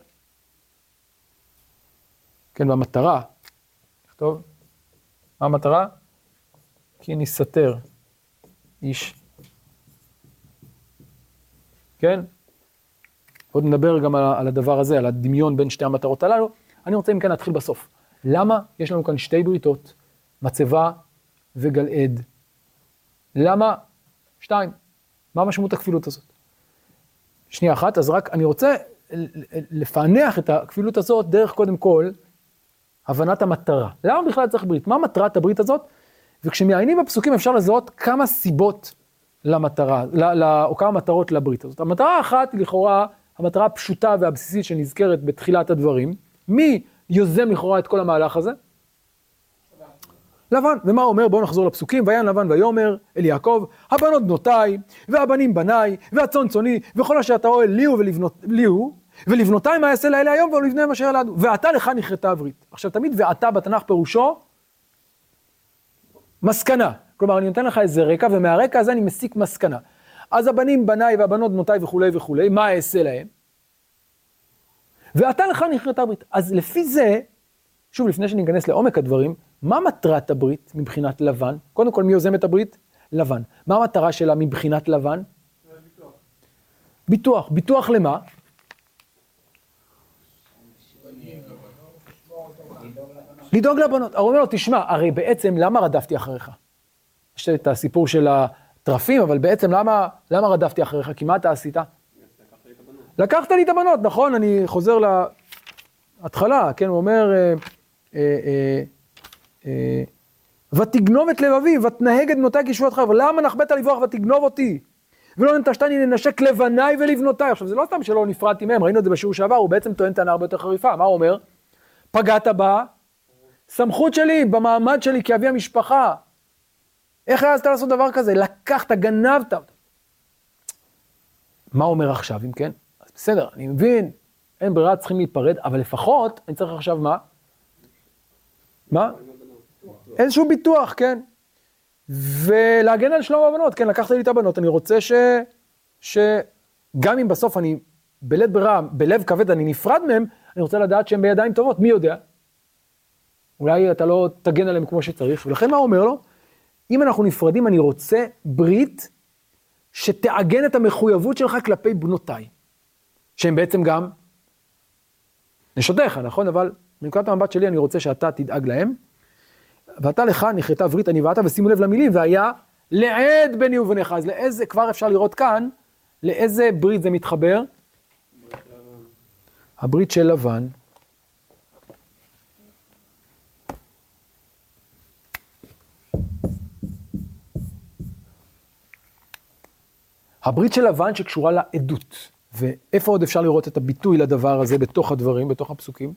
כן, במטרה, טוב, מה המטרה? כי נסתר איש. כן? עוד נדבר גם על הדבר הזה, על הדמיון בין שתי המטרות הללו. אני רוצה אם כן להתחיל בסוף. למה יש לנו כאן שתי בריתות, מצבה וגלעד? למה? שתיים. מה משמעות הכפילות הזאת? שנייה אחת, אז רק אני רוצה לפענח את הכפילות הזאת דרך קודם כל הבנת המטרה. למה בכלל צריך ברית? מה מטרת הברית הזאת? וכשמעיינים בפסוקים אפשר לזהות כמה סיבות למטרה, או כמה מטרות לברית הזאת. המטרה האחת היא לכאורה המטרה הפשוטה והבסיסית שנזכרת בתחילת הדברים. מי יוזם לכאורה את כל המהלך הזה? לבן. ומה אומר? בואו נחזור לפסוקים. ויען לבן ויאמר אל יעקב, הבנות בנותיי, והבנים בניי, והצאן צאני, וכל אשר אתה אוהל לי הוא, ולבנותיי מה יעשה לאלה היום, ולבניהם אשר ילדו. ועתה לך נכרתה הברית. עכשיו תמיד ועתה בתנ"ך פירושו מסקנה. כלומר אני נותן לך איזה רקע, ומהרקע הזה אני מסיק מסקנה. אז הבנים בניי והבנות בנותיי וכולי וכולי, מה יעשה להם? ועתה לך נכרתה הברית. אז לפי זה, שוב לפני שניכנס לעומק הדברים, מה מטרת הברית מבחינת לבן? קודם כל, מי יוזם את הברית? לבן. מה המטרה שלה מבחינת לבן? ביטוח. ביטוח למה? לדאוג לבנות. הוא אומר לו, תשמע, הרי בעצם למה רדפתי אחריך? יש את הסיפור של הטרפים, אבל בעצם למה רדפתי אחריך? כי מה אתה עשית? לקחת לי את הבנות, נכון? אני חוזר להתחלה, כן? הוא אומר, ותגנוב את לבבי, ותנהג את בנותיי כשבועתך, אבל למה נחבאת לברוח ותגנוב אותי? ולא נטשתני לנשק לבניי ולבנותיי. עכשיו, זה לא סתם שלא נפרדתי מהם, ראינו את זה בשיעור שעבר, הוא בעצם טוען טענה הרבה יותר חריפה. מה הוא אומר? פגעת בה, סמכות שלי, במעמד שלי כאבי המשפחה. איך העזת לעשות דבר כזה? לקחת, גנבת. מה הוא אומר עכשיו, אם כן? אז בסדר, אני מבין, אין ברירה, צריכים להיפרד, אבל לפחות, אני צריך עכשיו מה? מה? איזשהו ביטוח, כן? ולהגן על שלום הבנות, כן? לקחת לי את הבנות, אני רוצה שגם אם בסוף אני בלית ברירה, בלב כבד, אני נפרד מהם, אני רוצה לדעת שהם בידיים טובות, מי יודע? אולי אתה לא תגן עליהם כמו שצריך, ולכן מה הוא אומר לו? אם אנחנו נפרדים, אני רוצה ברית שתעגן את המחויבות שלך כלפי בנותיי, שהם בעצם גם נשותיך, נכון? אבל מנקודת המבט שלי אני רוצה שאתה תדאג להם, ואתה לך נכרתה ברית אני ואתה, ושימו לב למילים, והיה לעד ביני ובינך. אז לאיזה, כבר אפשר לראות כאן, לאיזה ברית זה מתחבר? הברית של לבן. הברית של לבן שקשורה לעדות. ואיפה עוד אפשר לראות את הביטוי לדבר הזה בתוך הדברים, בתוך הפסוקים?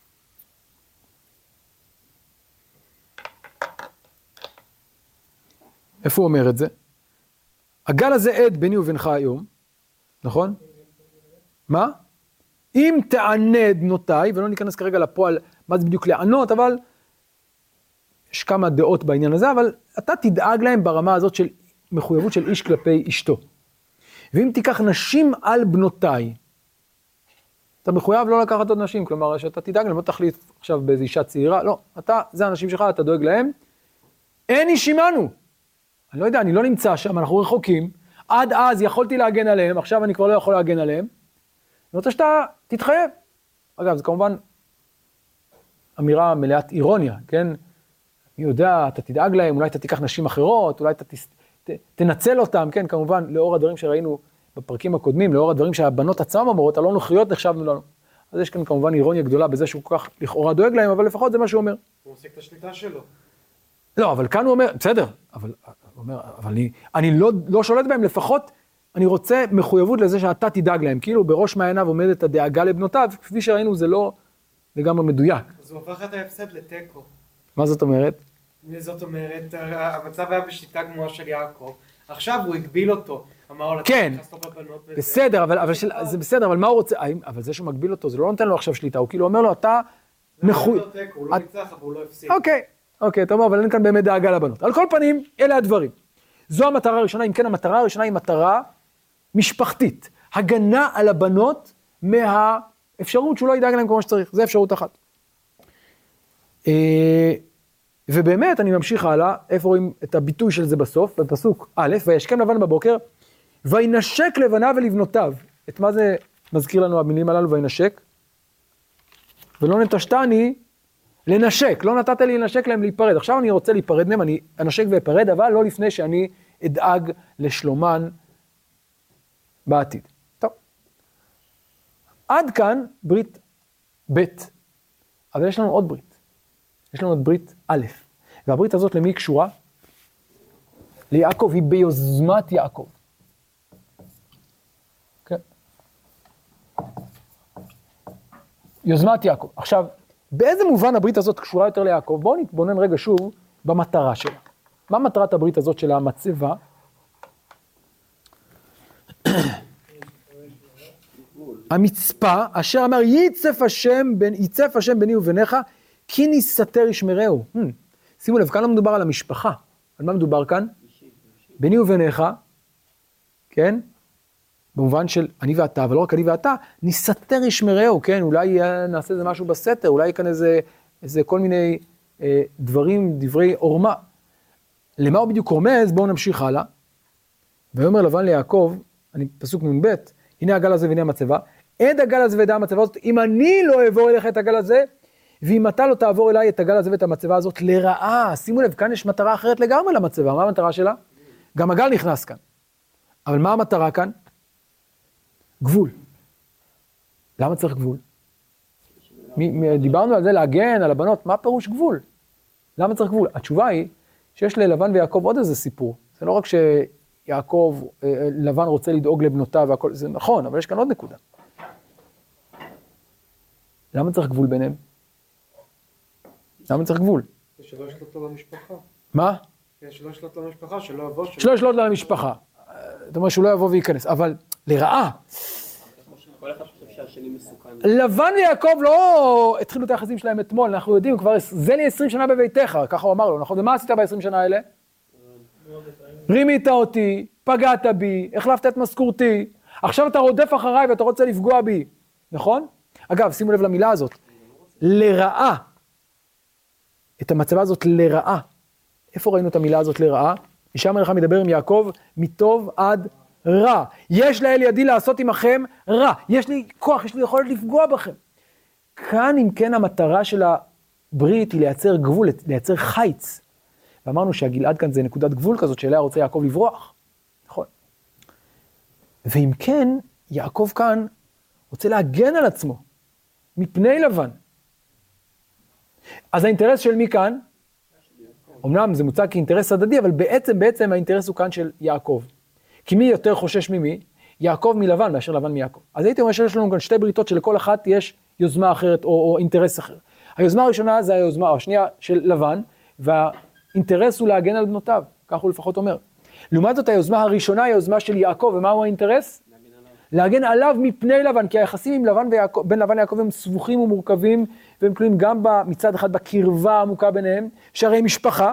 איפה הוא אומר את זה? הגל הזה עד ביני ובינך היום, נכון? מה? אם תענה את בנותיי, ולא ניכנס כרגע לפועל מה זה בדיוק לענות, אבל יש כמה דעות בעניין הזה, אבל אתה תדאג להם ברמה הזאת של מחויבות של איש כלפי אשתו. ואם תיקח נשים על בנותיי, אתה מחויב לא לקחת עוד נשים, כלומר שאתה תדאג להם, לא תחליט עכשיו באיזו אישה צעירה, לא, אתה, זה האנשים שלך, אתה דואג להם, אין איש עמנו. אני לא יודע, אני לא נמצא שם, אנחנו רחוקים, עד אז יכולתי להגן עליהם, עכשיו אני כבר לא יכול להגן עליהם, אני רוצה שאתה תתחייב. אגב, זה כמובן אמירה מלאת אירוניה, כן? אני יודע, אתה תדאג להם, אולי אתה תיקח נשים אחרות, אולי אתה תנצל אותם, כן? כמובן, לאור הדברים שראינו בפרקים הקודמים, לאור הדברים שהבנות עצמם אומרות, הלא נוחיות נחשב לנו. אז יש כאן כמובן אירוניה גדולה בזה שהוא כל כך לכאורה דואג להם, אבל לפחות זה מה שהוא אומר. הוא עושה את השליטה שלו. לא, אבל כאן הוא אומר, בסדר, אבל אני לא שולט בהם, לפחות אני רוצה מחויבות לזה שאתה תדאג להם, כאילו בראש מעייניו עומדת הדאגה לבנותיו, כפי שראינו זה לא לגמרי מדויק. אז הוא הפך את ההפסד לטקו. מה זאת אומרת? זאת אומרת, המצב היה בשליטה גמורה של יעקב, עכשיו הוא הגביל אותו, אמר לו, כן, תכנס לו בבנות וזה. בסדר, זה בסדר, אבל מה הוא רוצה, אבל זה שהוא מגביל אותו, זה לא נותן לו עכשיו שליטה, הוא כאילו אומר לו, אתה הוא לא ניצח, אבל הוא לא הפסיד. אוקיי, אתה אומר, אבל אין כאן באמת דאגה לבנות. על כל פנים, אלה הדברים. זו המטרה הראשונה, אם כן המטרה הראשונה היא מטרה משפחתית. הגנה על הבנות מהאפשרות שהוא לא ידאג להם כמו שצריך. זו אפשרות אחת. ובאמת, אני ממשיך הלאה, איפה רואים את הביטוי של זה בסוף, בפסוק א', וישכם לבן בבוקר, וינשק לבניו ולבנותיו. את מה זה מזכיר לנו המילים הללו, וינשק? ולא נטשתני לנשק, לא נתת לי לנשק להם להיפרד. עכשיו אני רוצה להיפרד מהם, אני אנשק ואפרד, אבל לא לפני שאני אדאג לשלומן בעתיד. טוב. עד כאן ברית ב', אבל יש לנו עוד ברית. יש לנו עוד ברית א', והברית הזאת למי היא קשורה? ליעקב, היא ביוזמת יעקב. כן. יוזמת יעקב. עכשיו, באיזה מובן הברית הזאת קשורה יותר ליעקב? בואו נתבונן רגע שוב במטרה שלה. מה מטרת הברית הזאת של המצבה? המצפה, אשר אמר ייצף השם ביני וביניך, כי נסתר ישמרהו. שימו לב, כאן לא מדובר על המשפחה. על מה מדובר כאן? ביני וביניך, כן? במובן של אני ואתה, אבל לא רק אני ואתה, נסתר ישמרהו, כן? אולי נעשה איזה משהו בסתר, אולי כאן איזה כל מיני דברי עורמה. למה הוא בדיוק רומז? בואו נמשיך הלאה. ויאמר לבן ליעקב, פסוק נ"ב, הנה הגל הזה והנה המצבה, עד הגל הזה ועד המצבה הזאת, אם אני לא אעבור אליך את הגל הזה, ואם אתה לא תעבור אליי את הגל הזה ואת המצבה הזאת לרעה, שימו לב, כאן יש מטרה אחרת לגמרי למצבה, מה המטרה שלה? גם הגל נכנס כאן. אבל מה המטרה כאן? גבול. למה צריך גבול? דיברנו על זה, להגן על הבנות, מה פירוש גבול? למה צריך גבול? התשובה היא שיש ללבן ויעקב עוד איזה סיפור. זה לא רק שיעקב, לבן רוצה לדאוג לבנותיו והכל, זה נכון, אבל יש כאן עוד נקודה. למה צריך גבול ביניהם? למה צריך גבול? שלא ישלוט לו למשפחה. מה? שלא ישלוט לו למשפחה, שלא יבוא... שלא ישלוט לו למשפחה. זאת אומרת שהוא לא יבוא וייכנס, אבל לרעה. כל אחד חושב שהשני מסוכן. לבן ויעקב לא התחילו את היחסים שלהם אתמול, אנחנו יודעים, כבר זה לי 20 שנה בביתך, ככה הוא אמר לו, נכון? ומה עשית ב-20 שנה האלה? רימית אותי, פגעת בי, החלפת את משכורתי, עכשיו אתה רודף אחריי ואתה רוצה לפגוע בי, נכון? אגב, שימו לב למילה הזאת, לרעה. את המצבה הזאת לרעה. איפה ראינו את המילה הזאת לרעה? אישה המלאכה מדבר עם יעקב, מטוב עד רע. יש לאל ידי לעשות עמכם רע. יש לי כוח, יש לי יכולת לפגוע בכם. כאן אם כן המטרה של הברית היא לייצר גבול, לייצר חיץ. ואמרנו שהגלעד כאן זה נקודת גבול כזאת שאליה רוצה יעקב לברוח. נכון. ואם כן, יעקב כאן רוצה להגן על עצמו, מפני לבן. אז האינטרס של מי כאן? אמנם זה מוצג כאינטרס הדדי, אבל בעצם האינטרס הוא כאן של יעקב. כי מי יותר חושש ממי? יעקב מלבן, מאשר לבן מיעקב. אז הייתי אומר שיש לנו כאן שתי בריתות שלכל אחת יש יוזמה אחרת או אינטרס אחר. היוזמה הראשונה זה היוזמה השנייה של לבן, והאינטרס הוא להגן על בנותיו, כך הוא לפחות אומר. לעומת זאת היוזמה הראשונה היא היוזמה של יעקב, ומה הוא האינטרס? להגן עליו מפני לבן, כי היחסים עם לבן ויעקב, בין לבן ויעקב הם סבוכים ומורכבים, והם תלויים גם מצד אחד בקרבה העמוקה ביניהם, שהרי משפחה,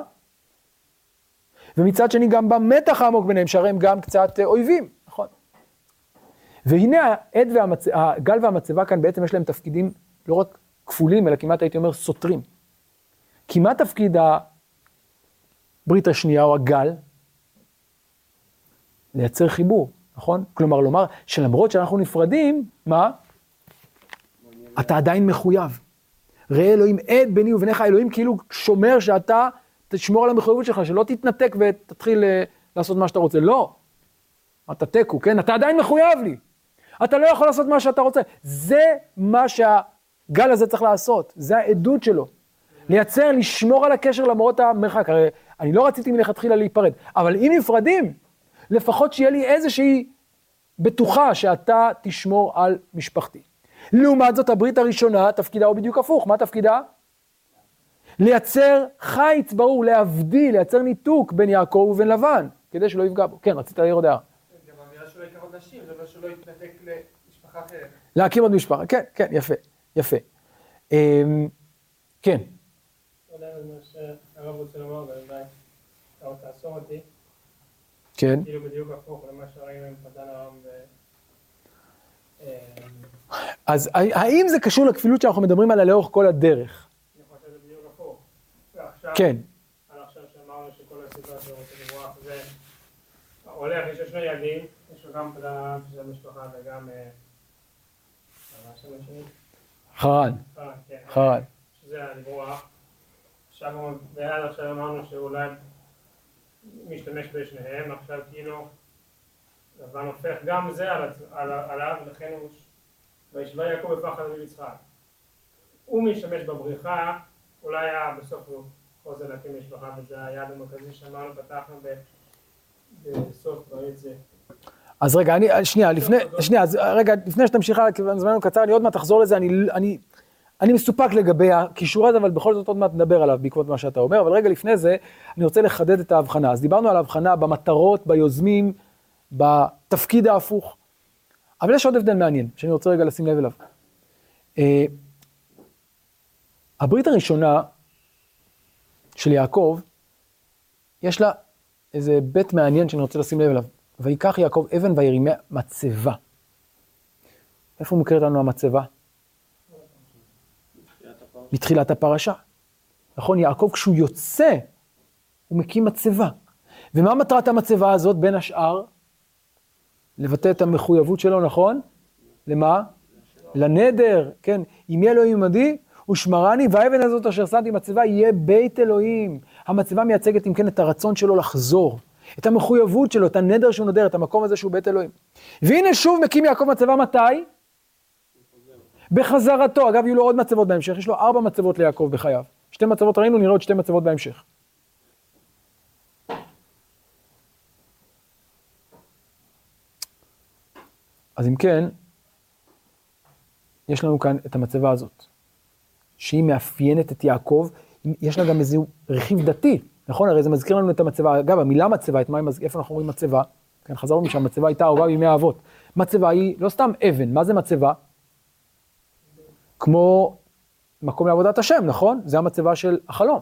ומצד שני גם במתח העמוק ביניהם, שהרי הם גם קצת אויבים, נכון? והנה הגל והמצבה כאן בעצם יש להם תפקידים לא רק כפולים, אלא כמעט הייתי אומר סותרים. כי מה תפקיד הברית השנייה או הגל? לייצר חיבור. נכון? כלומר, לומר שלמרות שאנחנו נפרדים, מה? אתה עדיין מחויב. ראה אלוהים עד ביני וביניך, אלוהים כאילו שומר שאתה תשמור על המחויבות שלך, שלא תתנתק ותתחיל לעשות מה שאתה רוצה. לא. אתה תקו, כן? אתה עדיין מחויב לי. אתה לא יכול לעשות מה שאתה רוצה. זה מה שהגל הזה צריך לעשות. זה העדות שלו. לייצר, לשמור על הקשר למרות המרחק. הרי אני לא רציתי מלכתחילה להיפרד, אבל אם נפרדים, לפחות שיהיה לי איזושהי בטוחה שאתה תשמור על משפחתי. לעומת זאת, הברית הראשונה, תפקידה הוא בדיוק הפוך. מה תפקידה? לייצר חיץ ברור, להבדיל, לייצר ניתוק בין יעקב ובין לבן, כדי שלא יפגע בו. כן, רצית להעיר עוד הערה. גם האמירה שלא יקח עוד נשים, זה אומר שלא יתנתק למשפחה אחרת. להקים עוד משפחה, כן, כן, יפה, יפה. כן. אולי זה מה שהרב רוצה לומר, ואולי אתה רוצה לעשור אותי. כן. כאילו בדיוק הפוך למה שראינו עם פדן הרם אז האם זה קשור לכפילות שאנחנו מדברים עליה לאורך כל הדרך? אני חושב שזה בדיוק הפוך. ועכשיו, כן. על עכשיו שאמרנו שכל הסיבה שהוא רוצה לברוח זה הולך, יש לו שני ילדים, יש לו גם פדן של המשפחה וגם חרן. כן. חרן. שזה הלברוח. ועד עכשיו אמרנו שאולי משתמש בשניהם, עכשיו כאילו לבן הופך גם זה עליו, ולכן הוא וישבע יעקב בפחד אביו יצחק. הוא משתמש בבריחה, אולי היה בסוף הוא חוזר להקים משפחה, וזה היעד המרכזי שאמרנו, פתחנו בסוף ברית זה. אז רגע, לפני שתמשיכה, כיוון זמננו קצר, אני עוד מעט תחזור לזה, אני מסופק לגבי הקישור הזה, אבל בכל זאת עוד מעט נדבר עליו בעקבות מה שאתה אומר, אבל רגע לפני זה, אני רוצה לחדד את ההבחנה. אז דיברנו על ההבחנה במטרות, ביוזמים, בתפקיד ההפוך. אבל יש עוד הבדל מעניין, שאני רוצה רגע לשים לב אליו. הברית הראשונה של יעקב, יש לה איזה בית מעניין שאני רוצה לשים לב אליו. ויקח יעקב אבן וירימה מצבה. איפה מוכרת לנו המצבה? מתחילת הפרשה. נכון, יעקב כשהוא יוצא, הוא מקים מצבה. ומה מטרת המצבה הזאת בין השאר? לבטא את המחויבות שלו, נכון? למה? לנדר, כן. אם יהיה אלוהים עמדי, ושמרני, והאבן הזאת אשר שמתי מצבה, יהיה בית אלוהים. המצבה מייצגת אם כן את הרצון שלו לחזור. את המחויבות שלו, את הנדר שהוא נדר, את המקום הזה שהוא בית אלוהים. והנה שוב מקים יעקב מצבה מתי? בחזרתו, אגב, יהיו לו עוד מצבות בהמשך, יש לו 4 מצבות ליעקב בחייו. 2 מצבות ראינו, נראה עוד 2 מצבות בהמשך. אז אם כן, יש לנו כאן את המצבה הזאת, שהיא מאפיינת את יעקב, יש לה גם איזה רכיב דתי, נכון? הרי זה מזכיר לנו את המצבה, אגב, המילה מצבה, איפה אנחנו רואים מצבה? כאן חזרנו משם, מצבה הייתה אהובה בימי האבות. מצבה היא לא סתם אבן, מה זה מצבה? כמו מקום לעבודת השם, נכון? זה המצבה של החלום.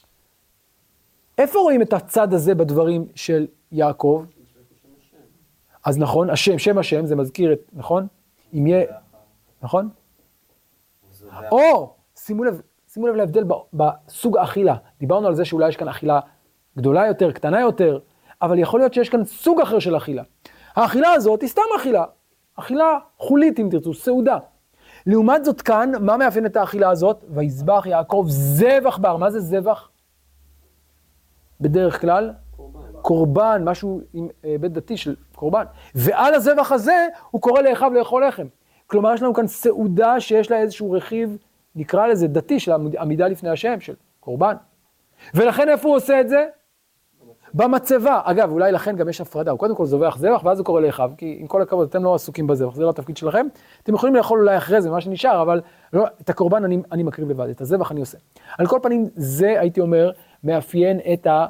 איפה רואים את הצד הזה בדברים של יעקב? אז נכון, שם השם, זה מזכיר את, נכון? אם יהיה, נכון? או, שימו לב להבדל בסוג האכילה. דיברנו על זה שאולי יש כאן אכילה גדולה יותר, קטנה יותר, אבל יכול להיות שיש כאן סוג אחר של אכילה. האכילה הזאת היא סתם אכילה חולית אם תרצו, סעודה. לעומת זאת כאן, מה מאפיין את האכילה הזאת? ויזבח יעקב זבח בר. מה זה זבח? בדרך כלל? קורבן, משהו עם בית דתי של קורבן. ועל הזבח הזה הוא קורא לאחיו לאכול לחם. כלומר, יש לנו כאן סעודה שיש לה איזשהו רכיב, נקרא לזה דתי, של עמידה לפני השם, של קורבן. ולכן איפה הוא עושה את זה? במצבה. אגב, אולי לכן גם יש הפרדה. הוא קודם כל זובח זבח, ואז הוא קורא לאחיו, כי עם כל הכבוד, אתם לא עסוקים בזבח, זה לא התפקיד שלכם. אתם יכולים לאכול אולי אחרי זה, מה שנשאר, אבל לא, את הקורבן אני מקריב לבד, את הזבח אני עושה. על כל פנים, זה, הייתי אומר, מאפיין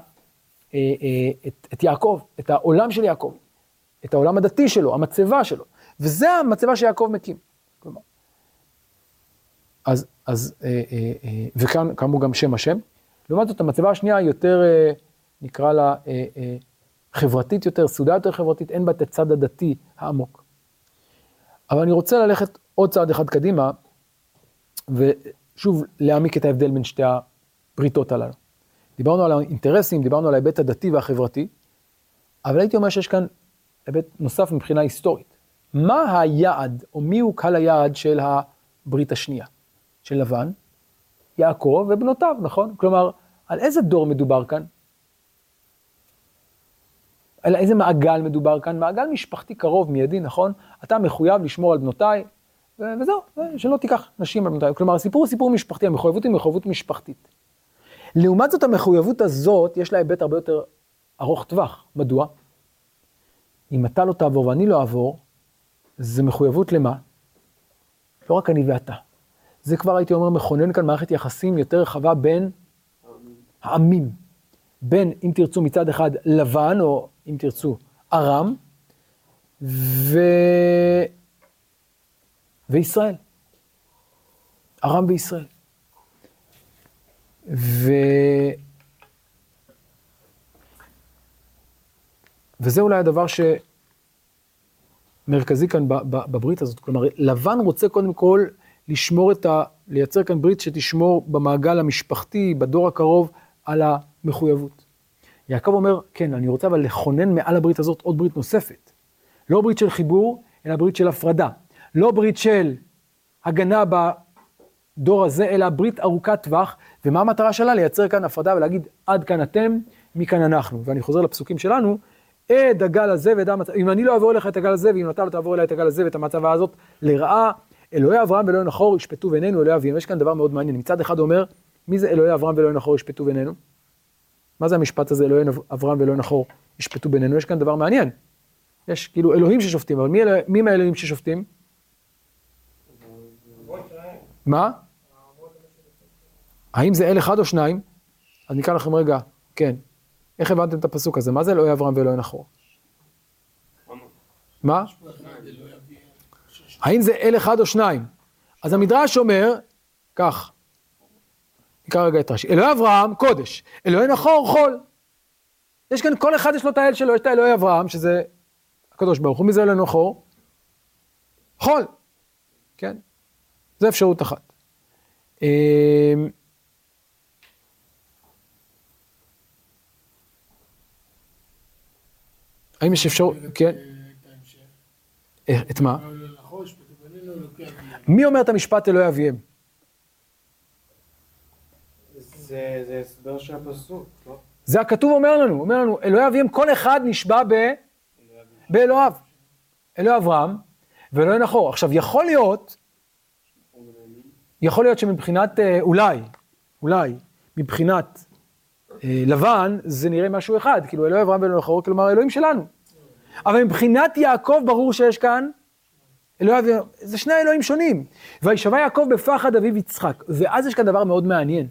את יעקב, את העולם של יעקב, את העולם הדתי שלו, המצבה שלו. וזה המצבה שיעקב מקים. כלומר. וכאן כאמור גם שם השם. לעומת זאת, המצבה השנייה יותר, נקרא לה חברתית יותר, סעודה יותר חברתית, אין בה את הצד הדתי העמוק. אבל אני רוצה ללכת עוד צעד אחד קדימה, ושוב להעמיק את ההבדל בין שתי הבריתות הללו. דיברנו על האינטרסים, דיברנו על ההיבט הדתי והחברתי, אבל הייתי אומר שיש כאן היבט נוסף מבחינה היסטורית. מה היעד, או מי הוא קהל היעד של הברית השנייה? של לבן, יעקב ובנותיו, נכון? כלומר, על איזה דור מדובר כאן? על איזה מעגל מדובר כאן? מעגל משפחתי קרוב, מיידי, נכון? אתה מחויב לשמור על בנותיי, וזהו, שלא תיקח נשים על בנותיי. כלומר, הסיפור הוא סיפור משפחתי, המחויבות היא מחויבות משפחתית. לעומת זאת, המחויבות הזאת, יש לה היבט הרבה יותר ארוך טווח. מדוע? אם אתה לא תעבור ואני לא אעבור, זה מחויבות למה? לא רק אני ואתה. זה כבר הייתי אומר מכונן כאן מערכת יחסים יותר רחבה בין העמים. בין, אם תרצו מצד אחד, לבן, או אם תרצו, ארם, וישראל. ארם וישראל. וזה אולי הדבר שמרכזי כאן בברית הזאת. כלומר, לבן רוצה קודם כל לשמור לייצר כאן ברית שתשמור במעגל המשפחתי, בדור הקרוב, על המחויבות. יעקב אומר, כן, אני רוצה אבל לכונן מעל הברית הזאת עוד ברית נוספת. לא ברית של חיבור, אלא ברית של הפרדה. לא ברית של הגנה בדור הזה, אלא ברית ארוכת טווח. ומה המטרה שלה? לייצר כאן הפרדה ולהגיד, עד כאן אתם, מכאן אנחנו. ואני חוזר לפסוקים שלנו, עד הגל הזה ועד המצב, אם אני לא אעבור אליך את הגל הזה, ואם אתה לא תעבור אליי את הגל הזה ואת המצבה הזאת, לרעה, אלוהי אברהם ואלוהי נחור ישפטו בינינו, אלוהי אביהם. יש כאן דבר מאוד מעניין. מצד אחד אומר, מי זה אלוהי אברהם ואלוהי נחור ישפטו בינינו? מה זה המשפט הזה, אלוהי אברהם ואלוהי נחור ישפטו בינינו? יש כאן דבר מעניין. יש כאילו אלוהים ששופטים, אבל מי מהאלוהים ששופטים? מה? האם זה אל אחד או שניים? אז נקרא לכם רגע, כן. איך הבנתם את הפסוק הזה? מה זה אלוהי אברהם ואלוהי נחור? מה? האם זה אל אחד או שניים? אז המדרש אומר, כך, נקרא רגע את רש"י, אלוהי אברהם, קודש, אלוהי נחור, חול. יש כאן, כל אחד יש לו את האל שלו, יש את האלוהי אברהם, שזה הקדוש ברוך הוא, מי זה אלוהי נחור? חול, כן? זה אפשרות אחת. האם יש אפשרות, כן? את מה? מי אומר את המשפט אלוהי אביהם? זה הסבר של הפסוק, לא? זה הכתוב אומר לנו, אלוהי אביהם, כל אחד נשבע באלוהיו. אלוהי אברהם ואלוהי נחור. עכשיו, יכול להיות יכול להיות שמבחינת, אולי, מבחינת לבן, זה נראה משהו אחד, כאילו אלוהי אברהם ואלוהי נחור, כלומר אלוהים שלנו. אבל מבחינת יעקב ברור שיש כאן, זה שני אלוהים שונים. וישבע יעקב בפחד אביו יצחק. ואז יש כאן דבר מאוד מעניין.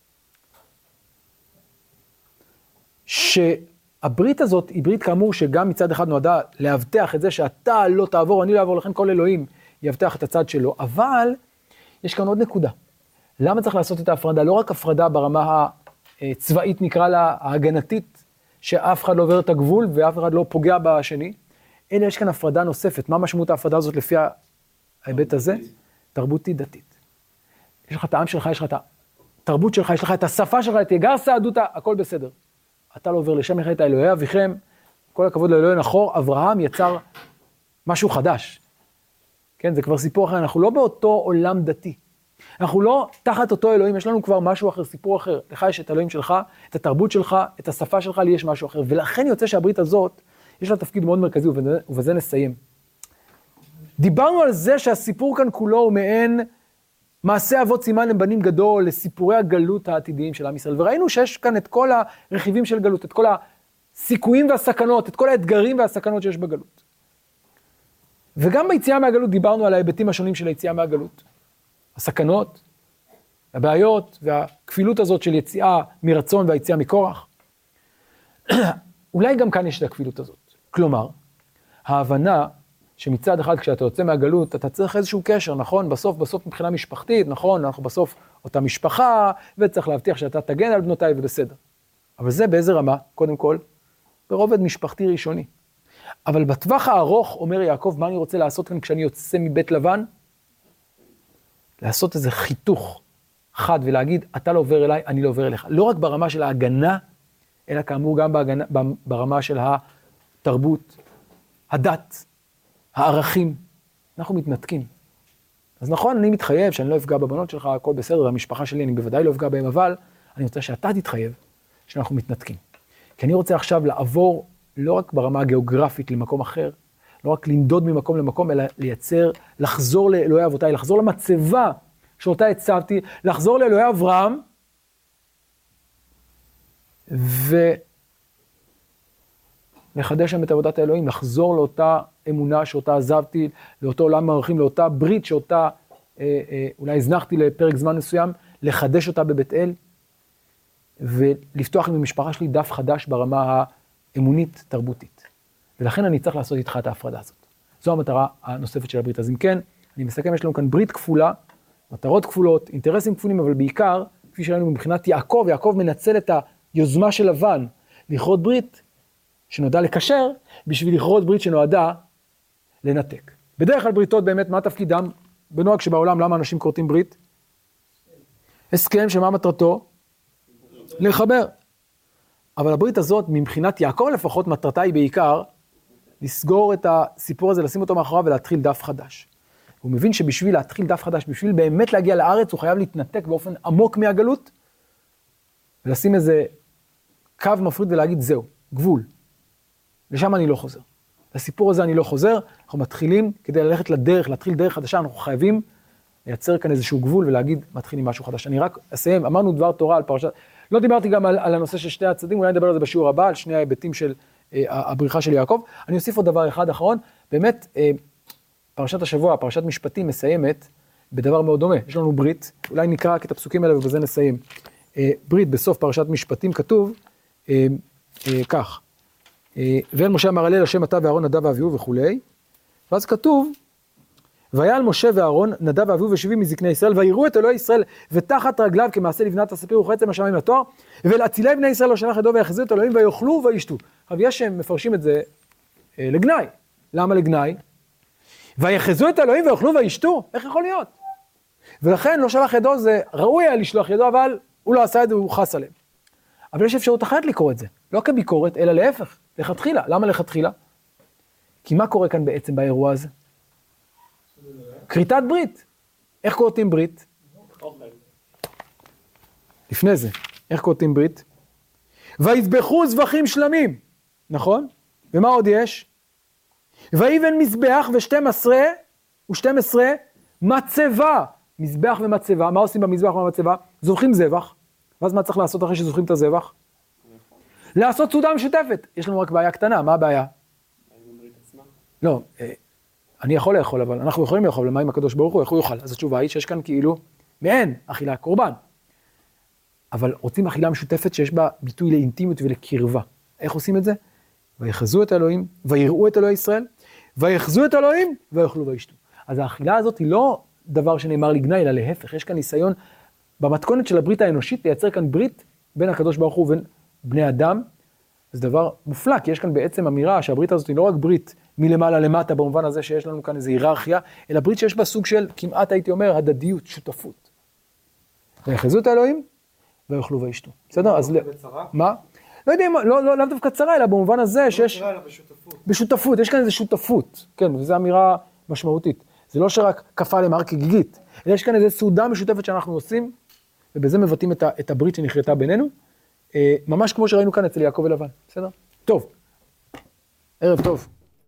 שהברית הזאת היא ברית כאמור שגם מצד אחד נועדה להבטח את זה שאתה לא תעבור, אני לא אעבור, לכן כל אלוהים יבטח את הצד שלו. אבל יש כאן עוד נקודה. למה צריך לעשות את ההפרדה? לא רק הפרדה ברמה הצבאית נקרא לה ההגנתית, שאף אחד לא עובר את הגבול ואף אחד לא פוגע בשני, אלא יש כאן הפרדה נוספת. מה משמעות ההפרדה הזאת לפי ההיבט הזה? תרבותית דתית. יש לך את העם שלך, יש לך את התרבות שלך, יש לך את השפה שלך, את יגר סעדותה, הכל בסדר. אתה לא עובר לשם לך את האלוהי אביכם, כל הכבוד לאלוהי נחור, אברהם יצר משהו חדש. כן, זה כבר סיפור אחר, אנחנו לא באותו עולם דתי. אנחנו לא תחת אותו אלוהים, יש לנו כבר משהו אחר, סיפור אחר. לך יש את האלוהים שלך, את התרבות שלך, את השפה שלך, לי יש משהו אחר. ולכן יוצא שהברית הזאת, יש לה תפקיד מאוד מרכזי, ובזה נסיים. דיברנו על זה שהסיפור כאן כולו הוא מעין מעשה אבות סימן לבנים גדול, לסיפורי הגלות העתידיים של עם ישראל. וראינו שיש כאן את כל הרכיבים של גלות, את כל הסיכויים והסכנות, את כל האתגרים והסכנות שיש בגלות. וגם ביציאה מהגלות דיברנו על ההיבטים השונים של היציאה מהגלות. הסכנות, הבעיות והכפילות הזאת של יציאה מרצון והיציאה מכורח. אולי גם כאן יש את הכפילות הזאת. כלומר, ההבנה שמצד אחד כשאתה יוצא מהגלות, אתה צריך איזשהו קשר, נכון? בסוף מבחינה משפחתית, נכון? אנחנו בסוף אותה משפחה, וצריך להבטיח שאתה תגן על בנותיי ובסדר. אבל זה באיזה רמה? קודם כל, ברובד משפחתי ראשוני. אבל בטווח הארוך, אומר יעקב, מה אני רוצה לעשות כאן כשאני יוצא מבית לבן? לעשות איזה חיתוך חד ולהגיד, אתה לא עובר אליי, אני לא עובר אליך. לא רק ברמה של ההגנה, אלא כאמור גם ברמה של התרבות, הדת, הערכים. אנחנו מתנתקים. אז נכון, אני מתחייב שאני לא אפגע בבנות שלך, הכל בסדר, והמשפחה שלי אני בוודאי לא אפגע בהם, אבל אני רוצה שאתה תתחייב שאנחנו מתנתקים. כי אני רוצה עכשיו לעבור לא רק ברמה הגיאוגרפית למקום אחר, לא רק לנדוד ממקום למקום, אלא לייצר, לחזור לאלוהי אבותיי, לחזור למצבה שאותה הצבתי, לחזור לאלוהי אברהם, ולחדש שם את עבודת האלוהים, לחזור לאותה אמונה שאותה עזבתי, לאותו עולם מערכים, לאותה ברית שאותה אולי הזנחתי לפרק זמן מסוים, לחדש אותה בבית אל, ולפתוח עם המשפחה שלי דף חדש ברמה האמונית תרבותית. ולכן אני צריך לעשות איתך את ההפרדה הזאת. זו המטרה הנוספת של הברית. אז אם כן, אני מסכם, יש לנו כאן ברית כפולה, מטרות כפולות, אינטרסים כפולים, אבל בעיקר, כפי שראינו מבחינת יעקב, יעקב מנצל את היוזמה של לבן, לכרות ברית שנועדה לקשר, בשביל לכרות ברית שנועדה לנתק. בדרך כלל בריתות באמת, מה תפקידם? בנוהג שבעולם, למה אנשים כורתים ברית? הסכם שמה מטרתו? לחבר. אבל הברית הזאת, מבחינת יעקב לפחות, מטרתה היא בעיקר, לסגור את הסיפור הזה, לשים אותו מאחוריו ולהתחיל דף חדש. הוא מבין שבשביל להתחיל דף חדש, בשביל באמת להגיע לארץ, הוא חייב להתנתק באופן עמוק מהגלות, ולשים איזה קו מפריד ולהגיד, זהו, גבול. לשם אני לא חוזר. לסיפור הזה אני לא חוזר, אנחנו מתחילים, כדי ללכת לדרך, להתחיל דרך חדשה, אנחנו חייבים לייצר כאן איזשהו גבול ולהגיד, מתחילים משהו חדש. אני רק אסיים, אמרנו דבר תורה על פרשת, לא דיברתי גם על הנושא של שני הצדדים, אולי נדבר על זה בשיעור הבא, על שני ההיבטים של הבריחה של יעקב. אני אוסיף עוד דבר אחד אחרון, באמת, פרשת השבוע, פרשת משפטים מסיימת בדבר מאוד דומה. יש לנו ברית, אולי נקרא רק את הפסוקים האלה ובזה נסיים. ברית בסוף פרשת משפטים כתוב כך, ואל משה אמר הלל השם אתה ואהרון נדב ואביהו וכולי, ואז כתוב, ויעל משה ואהרון נדב ואביהו ושבעים מזקני ישראל, ויראו את אלוהי ישראל ותחת רגליו כמעשה לבנת הספיר וחצם השמיים לתואר, ולאצילי בני ישראל לא שלח ידו ויחזיר את אלוהים ויאכלו וישתו. עכשיו יש שהם מפרשים את זה לגנאי. למה לגנאי? ויחזו את אלוהים ויאכלו וישתו, איך יכול להיות? ולכן לא שלח ידו, זה ראוי היה לשלוח ידו, אבל הוא לא עשה את זה, הוא חס עליהם. אבל יש אפשרות אחרת לקרוא את זה, לא כביקורת, אלא להפך, לכתחילה. למה לכתחילה? כי מה קורה כאן בעצם באירוע הזה? כריתת ברית. איך כורתים ברית? לפני זה, איך כורתים ברית? ויזבחו זבחים שלמים, נכון? ומה עוד יש? ויבן מזבח ו12 מצבה מזבח ומצבה, מה עושים במזבח ובמצבה? זובחים זבח, ואז מה צריך לעשות אחרי שזובחים את הזבח? לעשות סעודה משותפת. יש לנו רק בעיה קטנה, מה הבעיה? לא, אני יכול לאכול, אבל אנחנו יכולים לאכול, למה עם הקדוש ברוך הוא, איך הוא יאכל? אז התשובה היא שיש כאן כאילו מעין אכילה קורבן. אבל רוצים אכילה משותפת שיש בה ביטוי לאינטימיות ולקרבה. איך עושים את זה? ויחזו את אלוהים, ויראו את אלוהי ישראל, ויחזו את אלוהים, ויאכלו וישתו. אז האכילה הזאת היא לא דבר שנאמר לגנאי, אלא להפך, יש כאן ניסיון במתכונת של הברית האנושית, לייצר כאן ברית בין הקדוש ברוך הוא ובין בני אדם. זה דבר מופלא, כי יש כאן בעצם אמירה שהברית הזאת היא לא רק ברית מלמעלה למטה, במובן הזה שיש לנו כאן איזו היררכיה, אלא ברית שיש בה סוג של, כמעט הייתי אומר, הדדיות, שותפות. ויחזו את האלוהים, ויאכלו וישתו. בסדר? אז מה? לא יודע, לא דווקא צרה, אלא במובן הזה שיש... לא צרה, אלא בשותפות. בשותפות, יש כאן איזו שותפות. כן, וזו אמירה משמעותית. זה לא שרק כפה למר כגיגית, אלא יש כאן איזו סעודה משותפת שאנחנו עושים, ובזה מבטאים את הברית שנחרטה בינינו, ממש כמו שראינו כאן אצל יעקב ולבן. בסדר? טוב. ערב טוב.